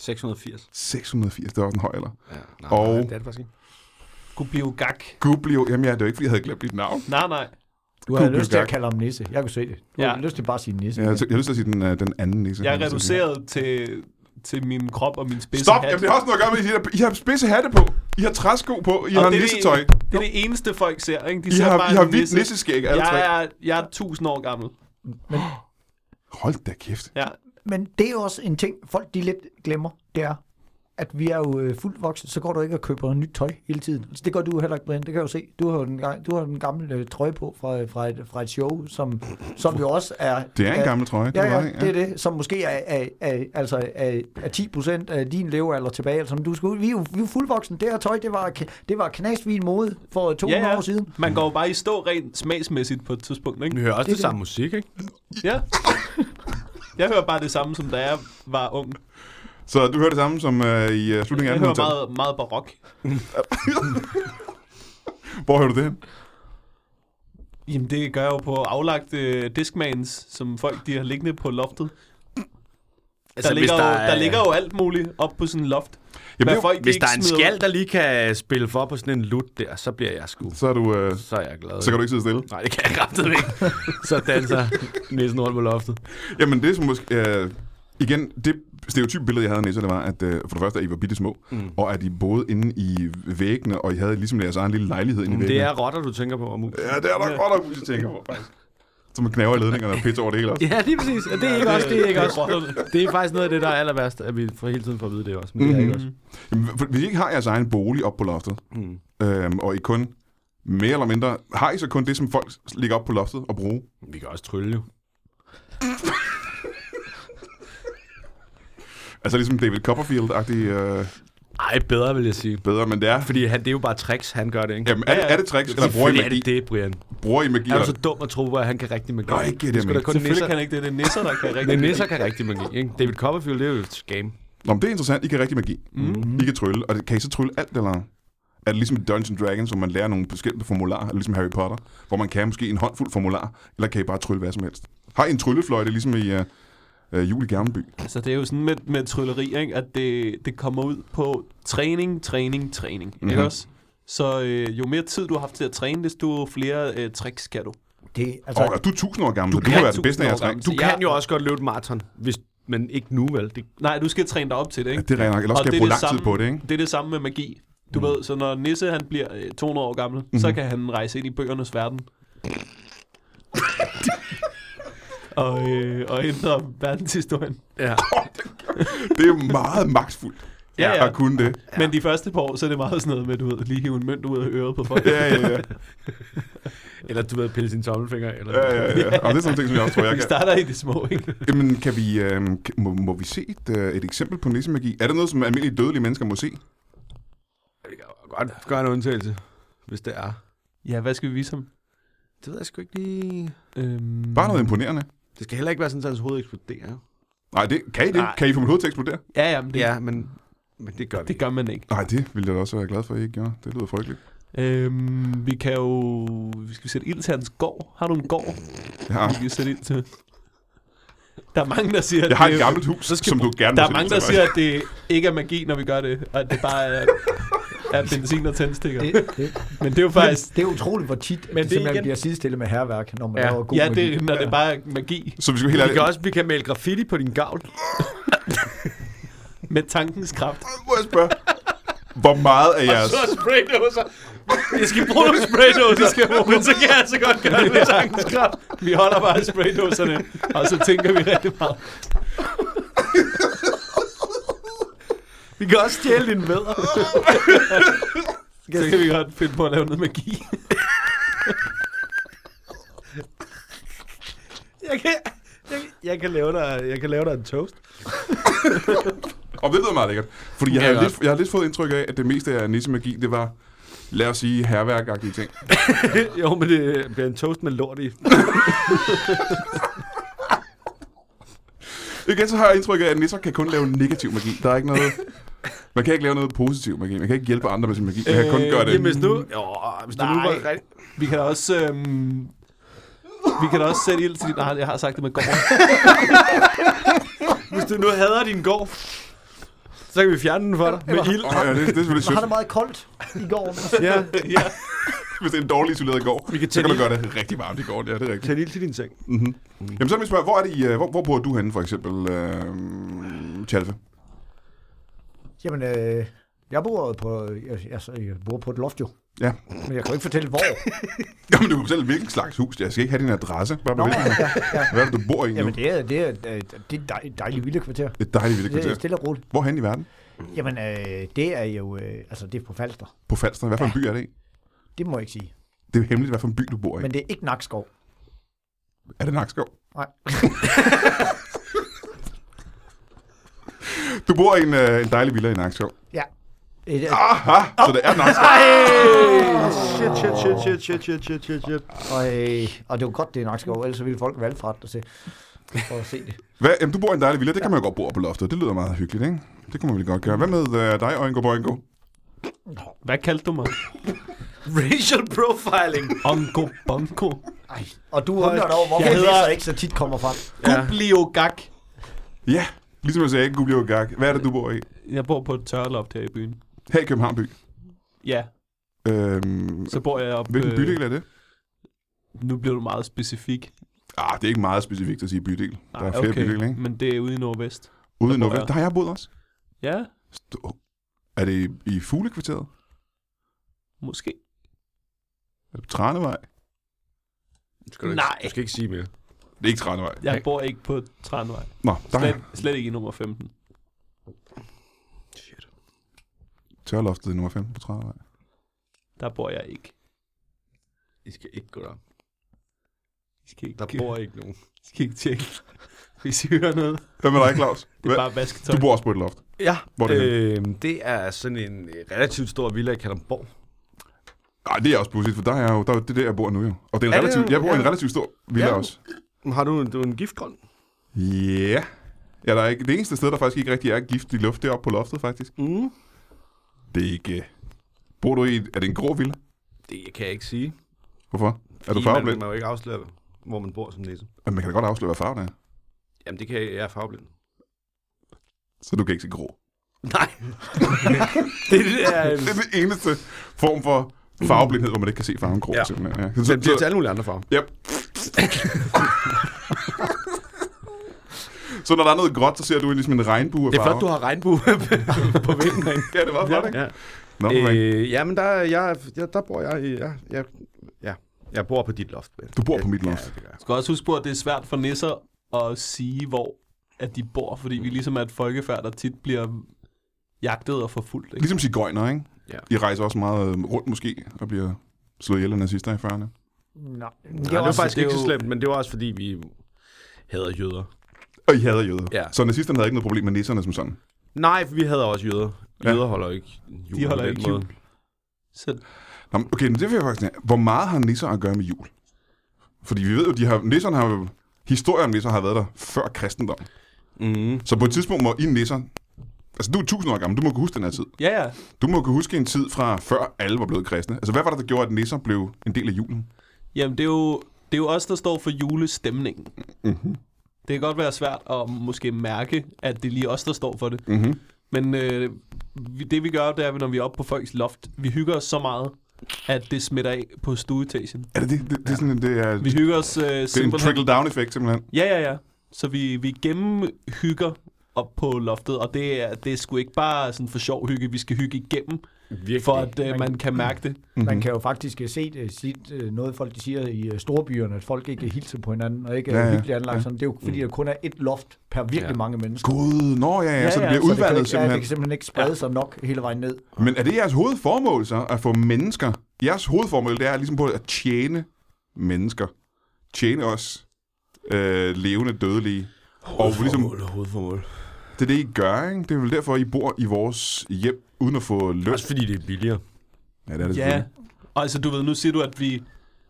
seks hundrede og firs. seks hundrede og firs, det var også en høj alder. Ja, nej, Og- nej, det er det faktisk ikke. Gubiogak. Gublio, jamen ja, det var ikke, fordi jeg havde glemt dit navn. Nej, nej. Du har Kublio lyst til at Gak. kalde ham nisse. Jeg kan se det. Du Ja. har lyst til bare at sige nisse. Ja, jeg, jeg har lyst til at sige den, uh, den anden nisse. Jeg er reduceret til, til min krop og min spidse Stop! hat. Jamen, det har også noget at gøre med, at I har, I har spidse hatte på. I har træsko på. I Og har det er nissetøj. Det, det er det eneste, folk ser, ikke? De I ser har, bare I har en hvidt nisse. nisseskæg, alle tre. Jeg er, jeg er tusind år gammel. Hold da kæft. Ja. Men det er jo også en ting, folk de lidt glemmer, det er, at vi er jo øh, fuldt vokset, så går du ikke og køber nyt tøj hele tiden. Altså, det gør du heller ikke, Brian. Det kan jeg jo se. Du har jo den, du har den gamle øh, trøje på fra, fra, et, fra et show, som, som jo også er... Det er en gammel trøje. Ja, det var ja, ikke, det er det, som måske er, er, er, altså er, er ti procent af din levealder tilbage. Altså, du skal, vi er jo, vi er jo fuldvoksen. Det her tøj, det var, det var knastvin mode for to hundrede Ja, ja. år siden. Man går jo bare i stå rent smagsmæssigt på et tidspunkt, ikke? Vi hører også Det det, er det samme musik, ikke? Ja. Jeg hører bare det samme, som da jeg var ung. Så du hører det samme som uh, i uh, slutningen af Jeg hører attenhundredetallet? meget, meget barok. Hvor hører du det hen? Jamen, det gør jeg jo på aflagte Discmans, som folk de har liggende på loftet. Altså, der, ligger der, jo, er, der ligger jo alt muligt op på sådan en loft. Jamen, Hvad det er jo- folk de Hvis ikke der er en smider ud. skal, der lige kan spille for på sådan en lut der, så bliver jeg sgu. Så er du... Uh, Så er jeg glad. så kan du ikke sidde stille. Nej, det kan jeg kraftedeme ikke. Så danser næsten rundt på loftet. Jamen, det som måske... Uh, igen, det stereotype billede, jeg havde af nisser, det var, at uh, for det første, at I var bitte små, mm. og at I boede inde i væggene, og I havde ligesom jeres egen lille lejlighed inde i væggene. Det er rotter, du tænker på, Amu. Ja, det er der godt nok, hvis jeg tænker på, faktisk. Som man knaver i ledningerne og pitcher over det hele også. Ja, lige præcis. Og det er ikke også. Det er ikke også. Det er faktisk noget af det, der er aller værst, at vi for hele tiden får at vide det også. Men det er ikke også. Jamen, for, hvis I ikke har jeres egen bolig op på loftet, Mm. øhm, og I kun mere eller mindre... Har I så kun det, som folk ligger op på loftet og bruger? Vi kan også trylle jo. Altså ligesom David Copperfield-agtig øh, Ej, bedre vil jeg sige. bedre, men det er... Fordi han, det er jo bare tricks, han gør det, ikke? Jamen, er, det, er det tricks, eller bruger I Selvfølgelig er magi? det det, Brian. Bruger I magi? Er du Eller? så dum at tro, at han kan rigtig magi? Nå, ikke det, det jeg sgu da mener. kun Selvfølgelig nisser. kan han ikke det. Det er nisser, der kan rigtig. Det er nisser kan rigtig magi, ikke? David Copperfield, det er jo et scam. Nå, men det er interessant. I kan rigtig magi. Mm. I kan trylle. Og det, kan I så trylle alt, eller... Er det ligesom i Dungeons and Dragons, hvor man lærer nogle forskellige formularer, eller ligesom Harry Potter, hvor man kan måske en håndfuld formular, eller kan I bare trylle hvad som helst? Har I en tryllefløjte, ligesom i uh, uh, Jul i Gerneby? Altså, det er jo sådan med, med trylleri, ikke? At det, det kommer ud på træning, træning, træning. Mm-hmm. Ikke også? Så øh, jo mere tid du har haft til at træne, desto flere øh, tricks kan du. Det, Altså, altså, oh, du er tusind år gammel, så Du det må kan være det bedste af jeres tusind år træning. Du Så kan jeg- jo også godt løbe et maraton, hvis, men ikke nu, vel? Det, Nej, du skal træne dig op til det, Ja, ikke? det er rent nok. Ellers Og skal det jeg er bruge det lang tid samme- på det, ikke? Det er det samme med magi. Du mm. ved, så når Nisse han bliver øh, to hundrede år gammel, mm-hmm. så kan han rejse ind i bøgernes verden. og, øh, og ændre verdenshistorien. ja. Det er jo meget magtfuldt Ja, ja. at kunne det. Men de første par år, så er det meget sådan noget med, du ved, lige hive en mønt ud af øret på folk. Ja, ja, ja. Eller du ved, pille sin tommelfinger. Eller ja, ja, ja. Og det er sådan nogle ting, som jeg også tror, jeg Vi kan. starter i det små, ikke? Jamen, kan vi, øh, må, må vi se et, øh, et eksempel på nissemagi? Er det noget, som almindelige dødelige mennesker må se? Vi kan jo godt gøre en undtagelse, hvis det er. Ja, hvad skal vi vise ham? Det ved jeg sgu ikke lige. Øhm... Bare noget imponerende. Det skal heller ikke være sådan, at hans hoved eksploderer. Nej, det, kan I det? Nej. Kan I få mit hoved til at eksplodere? Ja, ja, men det, Ja, men, men det gør vi det ikke. gør man ikke. Nej, det ville jeg da også være glad for, at I ikke gjorde. Det lyder frygteligt. Øhm, vi kan jo... Vi skal sætte ild til hans gård. Har du en gård, Jeg vi har, kan sætte ild til? Der er mange, der siger, at jeg har det et er- gammelt hus, så skal som vi- du gerne Der må er mange, der sætte siger, at det ikke er magi, når vi gør det. Og at det bare er, er benzin og tændstikker. det, det, Men det er jo faktisk... det er utroligt, hvor tit Men men det det simpelthen igen- bliver sidestillet med herværk, når man Ja. laver god Ja, magi. det, når det bare er magi. Så vi skal helt Vi ærligt... kan også vi kan male graffiti på din gavl. Med tankens kraft. Må jeg spørge? Hvor meget af jeres... spraydåser. Jeg skal bruge nogle spraydåser, men så kan jeg altså godt gøre det med tankens kraft. Vi holder bare spraydåserne, og så tænker vi rigtig meget. Vi kan også stjæle dine vædder. Så kan vi godt finde på at lave noget magi. Jeg kan, jeg, jeg, kan lave dig, jeg kan lave dig en toast. Og det lyder meget lækkert. Fordi jeg Ja, har, godt. lidt, jeg har lidt fået indtryk af, at det meste af nissemagi, det var, lad os sige, herværkagtige ting. Jo, men det bliver en toast med lort i. Igen så har jeg indtryk af, at nisser kan kun lave negativ magi. Der er ikke noget... Man kan ikke lave noget positiv magi. Man kan ikke hjælpe andre med sin magi. Man kan kun Øh, gøre det. Jamen, hvis nu... Jo, hvis du nu Nej. var rigtig... Vi kan da også... Øhm, vi kan da også sætte ild til dit... Nej, jeg har sagt det med gården. Hvis du nu hader din gård, Så kan vi fjerne den for dig med ild. Åh, ja, det, det er selvfølgelig Man sødt. har det meget koldt i går. Ja, Ja. Hvis det er en dårlig isoleret gård, Vi kan så kan tænde du gøre det rigtig varmt i går. Ja, det er rigtigt. tag ild til din seng. Mm-hmm. Jamen så vil jeg spørge, hvor er det i, uh, hvor, hvor bor du henne for eksempel, uh, Tjalfe? Jamen, øh, jeg bor på, jeg, jeg, jeg bor på et loft jo. Ja. Men jeg kan jo ikke fortælle, hvor. Jamen du kan fortælle, hvilken slags hus. Jeg skal ikke have din adresse. Bare Nå, hvilken. ja, ja. Hvad er det, du bor i nu? Jamen, det er, det er, det er et dejligt, dejligt vilde kvarter. Et dejligt vildt Det er kvarter. stille og roligt. Hvor hen i verden? Jamen, øh, det er jo, øh, altså det er på Falster. På Falster. Hvad for en by er det i? Det må jeg ikke sige. Det er jo hemmeligt, hvad for en by du bor i. Men det er ikke Nakskov. Er det Nakskov? Nej. Du bor i en, øh, en dejlig villa i Nakskov. Ja. Et, et, Aha! Så det er Nakskov. Shit, shit, shit, shit, shit, shit, shit, shit, shit. og, øh, og det er jo godt, det er Nakskov, ellers ville folk valge fra det til for at se det. Hvad? Jamen, du bor i en dejlig villa. Det kan man jo godt bo på loftet. Det lyder meget hyggeligt, ikke? Det kunne man vel godt gøre. Hvad med uh, dig, Oingo Boingo? Hvad kaldte du mig? Racial profiling. Ongo Bongo. Ej. Og du undrer dig over, hvorfor Jeg det hedder- så ikke så tit kommer frem. Ja. Gubliogak. Ja, ligesom jeg sagde, ikke kunne blive gag. Hvad er det, du bor i? Jeg bor på et tørreloft her i byen. Her i København by. Ja, Øhm, så bor jeg op... hvilken bydel er det? Nu bliver du meget specifik. Ah, det er ikke meget specifikt at sige bydel. Der er Nej, flere okay, bydele, ikke? men det er ude i Nordvest. Ude i der bor Nordvest. jeg. Der har jeg boet også. Ja, Stå. Er det i, i Fuglekvarteret? måske. Er det på Tranevej? Skal du, Nej. Ikke, du skal ikke sige mere. Det er ikke Tranevej. Jeg bor ikke på Tranvej. Nå, der er Slet, slet ikke i nummer femten. Shit. tørloftet i nummer fem på Tranevej. Der bor jeg ikke. I skal ikke gå der. I skal ikke, Der bor ikke nogen. I skal ikke tjekke, hvis I hører noget. Hvad med dig, Claus? Det er Hvad? bare vasketøj. Du bor også på et loft. Ja, Hvor er det øh, det er sådan en relativt stor villa i Kalundborg. Nej, det er også pudsigt, for der er jo der er jo det der, jeg bor nu jo. Og det er en Er det relativt, jo? jeg bor i en Ja. relativt stor villa Ja. også. Har du, du en giftgrund? Ja. Ja, der er ikke, det eneste sted, der faktisk ikke rigtig er giftig luft, det er oppe på loftet, faktisk. Mm. Det er ikke... Bor du i... Er det en grå villa? Det kan jeg ikke sige. Hvorfor? Er du Fordi farveblind? Man må jo ikke afsløre, hvor man bor som næse. Men man kan da godt afsløre, hvad farven er. Jamen, det kan jeg. Jeg er farveblind. Så du kan ikke se grå. Nej. det, det er en... Det er den eneste form for farveblindhed, hvor man ikke kan se farven grå. Ja. Simpelthen. Ja. Så, Så, det bliver til så, alle mulige andre farver. yep. Så når der er noget gråt, så ser du ligesom en regnbue af Det er farver. flot, du har regnbue på væggen herinde. Ja, det var flot, ikke? Ja. Nå, øh, Øh, jamen, der, jeg, jeg, der bor jeg i... Ja, jeg, ja, jeg bor på dit loft. Du bor på mit loft. Ja, det gør jeg. Du skal også huske på, at det er svært for nisser at sige, hvor at de bor, fordi vi ligesom er et folkefærd, der tit bliver jagtet og forfulgt. Ikke? Ligesom cigøjner, ikke? Ja. I rejser også meget øh, rundt måske, og bliver slået ihjel af nazister i fyrrerne. Nej, Nej, det var faktisk det er ikke så jo- slemt, men det var også fordi, vi hader jøder. Og I hader jøder. Ja. Så nazisterne havde ikke noget problem med nisserne som sådan. Nej, for vi hader også jøder. Ja. Jøder holder ikke jul. De holder på den ikke måde. jul. Så Nå, men okay, men det vil jeg faktisk... Hvor meget har nisser at gøre med jul? Fordi vi ved jo, de har, nisserne har jo... Historien om nisser har været der før kristendommen. Mm. Så på et tidspunkt må I nisser... Altså, du er tusind år gammel. Du må kunne huske den her tid. ja, ja. Du må kunne huske en tid fra før alle var blevet kristne. Altså, hvad var det, der gjorde, at nisser blev en del af julen? Jamen, det er jo, det er jo os, der står for julestemningen. Mm-hmm. Det kan godt være svært at måske mærke, at det er lige os, der står for det. Mm-hmm. Men øh, vi- det vi gør, det er, når vi er oppe på folks loft, vi hygger os så meget, at det smitter af på stueetagen. Er det det? Det, det, er sådan, det er... Vi hygger os øh, Det er en simpelthen... trickle-down-effekt, simpelthen. Ja, ja, ja. Så vi, vi gennemhygger op på loftet, og det er, det er sgu ikke bare sådan for sjov hygge, vi skal hygge igennem, Virkelig. for at øh, man kan mærke det. Mm-hmm. Man kan jo faktisk se det, sige øh, noget, folk de siger i øh, storbyerne, at folk ikke hilser på hinanden, og ikke er Ja, ja, ja. hyggeligt anlagt. Ja. Sådan. Det er jo fordi, der kun er et loft per virkelig Ja. mange mennesker. Gud, nå ja, ja, ja, så det bliver så udvandet det kan, ikke, ja, simpelthen. det kan simpelthen ikke sprede sig nok hele vejen ned. Men er det jeres hovedformål så, at få mennesker? Jeres hovedformål, det er ligesom på at tjene mennesker. Tjene os øh, levende, dødelige. Og ligesom, Hovedformål og hovedformål. det er det, I gør, ikke? Det er vel derfor, I bor i vores hjem, uden at få løn. Også fordi det er billigere. Ja, det er det Ja, selvfølgelig. og altså du ved, nu siger du, at vi,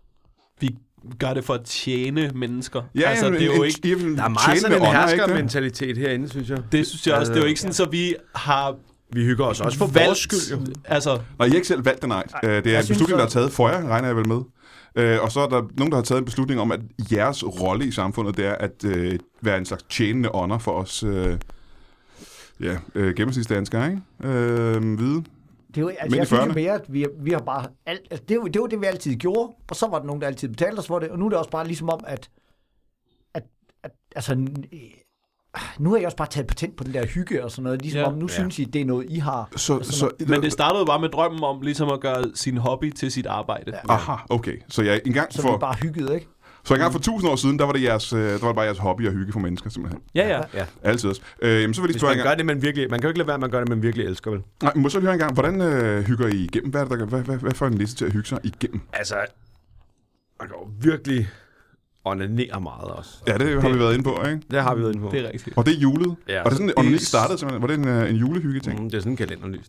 vi gør det for at tjene mennesker. Ja, altså, men det er en, jo ikke... en, en Der er meget tjenende sådan en ånder, ikke det? herskermentalitet herinde, synes jeg. Det synes jeg også, det er jo ikke sådan, så vi har Vi hygger os også for valgt, vores skyld, jo. altså, Nej, I har ikke selv valgt det, nej. Øh, Det er en jeg synes beslutning, der er så- taget for jer, regner jeg vel med. Øh, Og så er der nogen, der har taget en beslutning om, at jeres rolle i samfundet, det er at øh, være en slags tjenende ånder for os, øh, ja, øh, gennemsnitsdanskere, ikke? Øh, hvide. Det er jo, altså, jeg synes jo mere, at vi, vi har bare... Alt, altså, det, var, det var det, vi altid gjorde, og så var der nogen, der altid betalte os for det, og nu er det også bare ligesom om, at... at, at altså, nu har jeg også bare taget patent på den der hygge og sådan noget, ligesom ja, om, nu ja. synes I, det er noget, I har. Så, så, men det startede bare med drømmen om ligesom at gøre sin hobby til sit arbejde. Ja. Aha, okay. Så jeg engang så for... Så bare hyggede, ikke? Så engang for tusind år siden, der var det, jeres, der var det bare jeres hobby at hygge for mennesker, simpelthen. Ja, ja. ja. Altid også. Øh, jamen, så vil jeg Hvis man gør det, man virkelig... Man kan jo ikke lade være, man gør det, man virkelig elsker, vel? Nej, må så høre engang, hvordan øh, hygger I igennem? Hvad er det, der, hvad, hvad, hvad får en liste til at hygge sig igennem? Altså, man kan jo virkelig onanere meget også. Ja, det, det har vi været inde på, ikke? Det har vi været inde på. Det er rigtigt. Og det er julet. Ja. Og det er sådan, onani startede simpelthen. Var det en, en julehygge-ting? Mm, det er sådan en kalenderlys.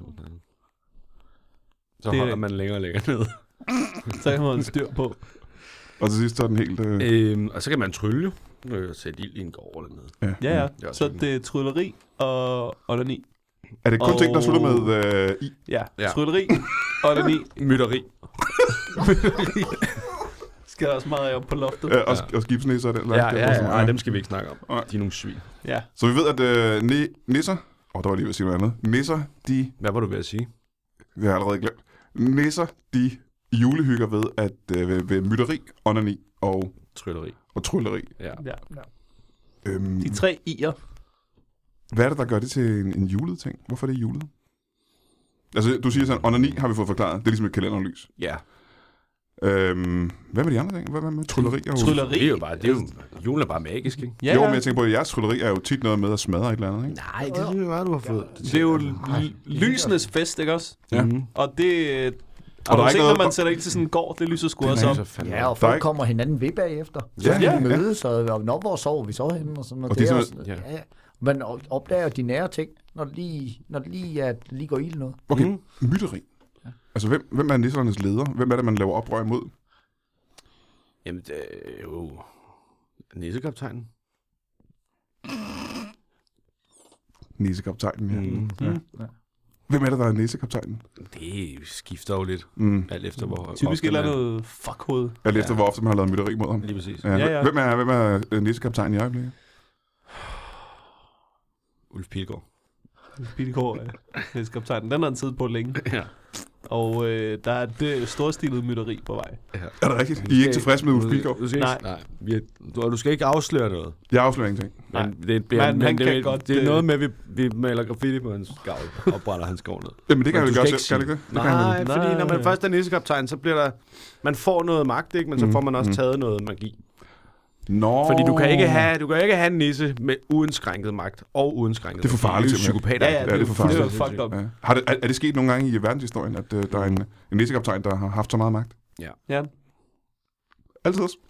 Så holder man længere og længere ned. Så kan man en styr på. Og til sidst så er den helt... Øh... Øhm, og så kan man trylle jo. Øh, sætte ild i en gård eller noget. Ja, ja. ja. Så det er trylleri og onani. Er det kun og... ting, der slutter med øh, i? Ja, ja. Trylleri, onani, mytteri. Mytteri. Skal der også meget op på loftet. Ja, og, ja. og skibsnisser. Den, ja, ja, ja, ja, dem skal vi ikke snakke om. Ja. De er nogle svin. Ja. Så vi ved, at øh, ni- nisser... Åh, oh, der var lige ved at sige noget andet. Nisser, de... Hvad var du ved at sige? Det har jeg allerede glemt. Nisser, de julehygger ved, at øh, ved, ved mytteri, onani og... Trylleri. Og trylleri. Ja. ja. Øhm, De tre i'er. Hvad er det, der gør det til en, en julet ting? Hvorfor er det julet? Altså, du siger sådan, onani har vi fået forklaret. Det er ligesom et kalenderlys. Ja. Øhm, hvad med de andre ting? Hvad, hvad med trylleri? Og trylleri? Det er jo bare, det er jo, julen er bare magisk, ikke? Ja, jo, men jeg tænker på, at jeres trylleri er jo tit noget med at smadre et eller andet, ikke? Nej, det synes jeg bare, du har fået. Det er jo lysenes fest, ikke også? Ja. Mm-hmm. Og det... Og, og der er ikke noget, når man sætter ind til sådan en gård, det lyser sgu også op. Ja, og folk ikke... kommer hinanden ved bagefter. Så ja, ja, vi mødes, ja. og når hvor sover vi så henne, og sådan noget. Og det er sådan, ja. Ja. Man opdager de nære ting, når det lige, når det lige, ja, lige går ild noget. Okay, mm. mytteri. Ja. Altså, hvem, hvem er nissernes leder? Hvem er det, man laver oprør imod? Jamen, det er jo nissekaptajnen. Nissekaptajnen, ja. Mm. ja. ja. Hvem er det, der er nissekaptajnen? Det skifter jo lidt, mm. alt efter hvor... Typisk eller noget fuckhoved. Alt efter, ja. hvor ofte man har lavet mytteri mod ham. Lige præcis. Ja. Ja, ja. Hvem er, hvem er nissekaptajnen i øjeblikket? Ulf Pilgaard. Ulf Pilgaard er nissekaptajnen. Den har han siddet på længe. Ja. Og øh, der er det storstilet mytteri på vej. Ja. Er det rigtigt? I er ikke tilfredse med Ulf Pilgaard? Nej. Nej. Vi er, du, du skal ikke afsløre noget. Jeg afslører ingenting. Men Nej. det, det, men, men, det, det, godt, det er noget med, at vi, vi maler graffiti på hans gavl og brænder hans skov ned. Jamen det kan vi gøre selv, kan det ikke? Nej, fordi Nej. når man først er nissekaptajn, så bliver der... Man får noget magt, ikke? Men så får man også taget noget magi. Nå. Fordi du kan ikke have, du kan ikke have en nisse med uindskrænket magt og uindskrænket. Det er for farligt, psykopater. Ja, ja, det, ja, det er for farligt. Det er fucked up. Ja. Har det, er, er det sket nogle gange i verdenshistorien, at uh, der er en, en nissekaptajn, der har haft så meget magt? Ja. Ja. Altid også.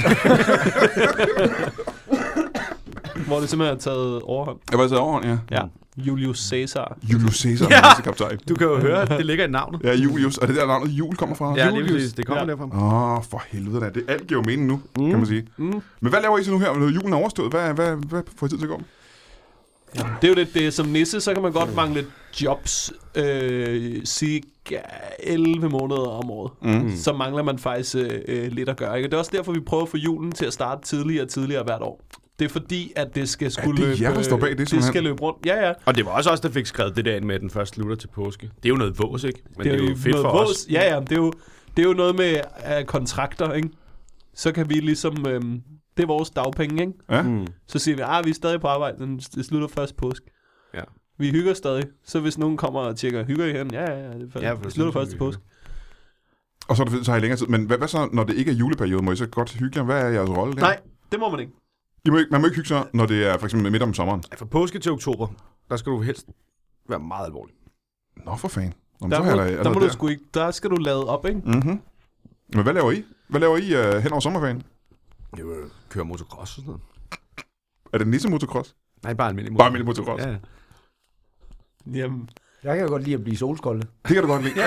Hvor det simpelthen har taget overhånd. Jeg var taget overhånd, ja. Ja. Julius Caesar. Julius Caesar, ja. nissekaptajn. Du kan jo høre, at det ligger i navnet. Ja, Julius. Og det der navnet Jul kommer fra? Ja, Julius. lige præcis. Det kommer ja. derfra. Åh, oh, for helvede da. Det alt giver jo mening nu, mm. kan man sige. Mm. Men hvad laver I så nu her? Når julen er overstået, hvad, hvad, hvad får I tid til at gå? Ja, det er jo lidt det. Som nisse, så kan man godt mangle jobs øh, cirka elleve måneder om året. Mm. Så mangler man faktisk øh, lidt at gøre. Ikke? Det er også derfor, vi prøver at få julen til at starte tidligere og tidligere hvert år. Det er fordi, at det skal skulle ja, det er jer, der står bag det, det skal løbe rundt. Ja, ja. Og det var også os, der fik skrevet det der ind med, at den første slutter til påske. Det er jo noget vås, ikke? Men det er, det er jo fedt for vås. os. Ja, ja. Det er jo, det er jo noget med uh, kontrakter, ikke? Så kan vi ligesom... Øhm, det er vores dagpenge, ikke? Ja. Mm. Så siger vi, at vi er stadig på arbejde. Den slutter først påske. Ja. Vi hygger stadig. Så hvis nogen kommer og tjekker, hygger I hen? Ja, ja, ja. Det, er ja, det slutter først til påske. Og så er det så har I længere tid. Men hvad, hvad så, når det ikke er juleperiode? Må I så godt hygge jer? Hvad er jeres rolle der? Nej, det må man ikke. I må ikke, man må ikke hygge sig, når det er for eksempel midt om sommeren. Ja, fra påske til oktober, der skal du helst være meget alvorlig. Nå, for fanden. Nå, der, så må, der, der, må du sgu ikke, der skal du lade op, ikke? Mhm. Men hvad laver I? Hvad laver I uh, hen over sommerferien? Jeg vil køre motocross og sådan noget. Er det nisse-motocross? Nej, bare almindelig motocross. Bare almindelig motocross. Ja. Jamen. Jeg kan jo godt lide at blive solskolde. Det kan du godt lide. Ja.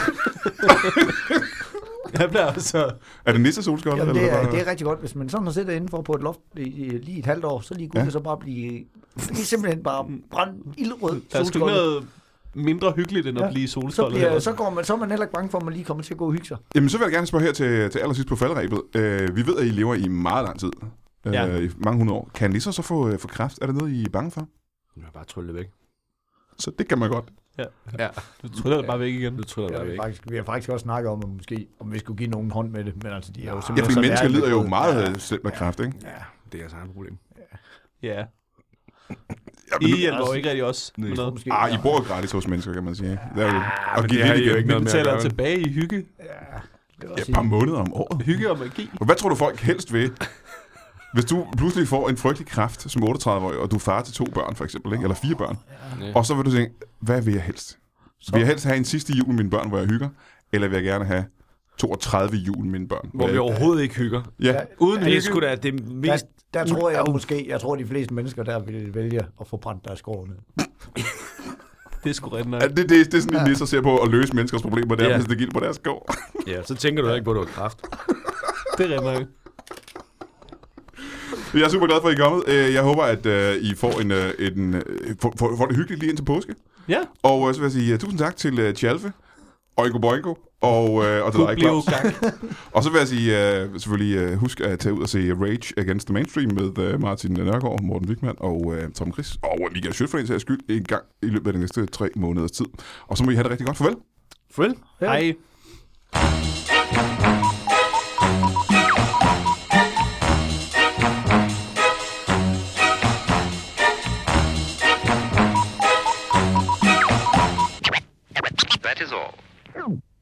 Jeg bliver altså... Er det nisse solskjold? Jamen, det, er, det er rigtig godt. Hvis man sådan har siddet indenfor på et loft i, i, lige et halvt år, så lige kunne ja. det så bare blive... Det er simpelthen bare brændt ildrød der er sgu noget mindre hyggeligt, end ja. at blive solskold. Så, så, går man, så er man heller ikke bange for, at man lige kommer til at gå og hygge sig. Jamen, så vil jeg gerne spørge her til, til allersidst på faldrebet. Uh, vi ved, at I lever i meget lang tid. Uh, ja. I mange hundrede år. Kan nisser så få, uh, få kræft? Er det noget, I er bange for? Jeg har bare tryllet væk. Så det kan man godt. Ja. Ja. Du tryller det bare væk igen. Du tryller Ja, bare vi, væk. faktisk, vi har faktisk også snakket om, at måske, om vi skulle give nogen hånd med det, men altså, de er jo Ja, simpelthen fordi så mennesker lærte lider jo på- meget Ja, slemt med kræft, ikke? ja. Det er deres eget problem. Ja. Ja, men I nu- hjælper jo også- ikke rigtig også med noget. Måske, Ah, I bor jo gratis hos mennesker, kan man sige. Det er jo Ah, at men give det har lidt I jo igen. ikke Vi noget med at betaler gøre. tilbage i hygge. det vil Ja, jeg et par sige. måneder om året. Hygge og magi. Og hvad tror du folk helst vil? Hvis du pludselig får en frygtelig kræft som otteogtredive-årig, og du er far til to børn for eksempel, ikke? Eller fire børn, Ja. og så vil du tænke, hvad vil jeg helst? Vil jeg helst have en sidste jul med mine børn, hvor jeg hygger, eller vil jeg gerne have toogtredive jul med mine børn? Hvor vi overhovedet ikke hygger. Ja, Uden Det hygge. er sgu da det Der, mest... der tror jeg måske, jeg tror de fleste mennesker der vil vælge at få brændt deres skår ned. Det er sgu rigtig nok. det, det, det, det er sådan, de nisser ser på at løse menneskers problemer, det er, Ja. hvis det gælder på deres gård. Ja, så tænker du da ikke på, at du har kræft. Det er rigtig nok. Jeg er super glad for, at I er kommet. Øh, Jeg håber, at øh, I får, en, øh, en, øh, får, får, får det hyggeligt lige indtil påske. Ja. Og øh, så vil jeg sige uh, tusind tak til uh, Tjalfe, Oingo Boingo og, øh, og til dig, Claus. Og så vil jeg sige, uh, selvfølgelig uh, husk at tage ud og se Rage Against the Mainstream med uh, Martin Nørgaard, Morten Wigman og uh, Tom Chris. Og Michael Schødt for en sags skyld en gang i løbet af de næste tre måneders tid. Og så må I have det rigtig godt. Farvel. Farvel. Hej. That is all.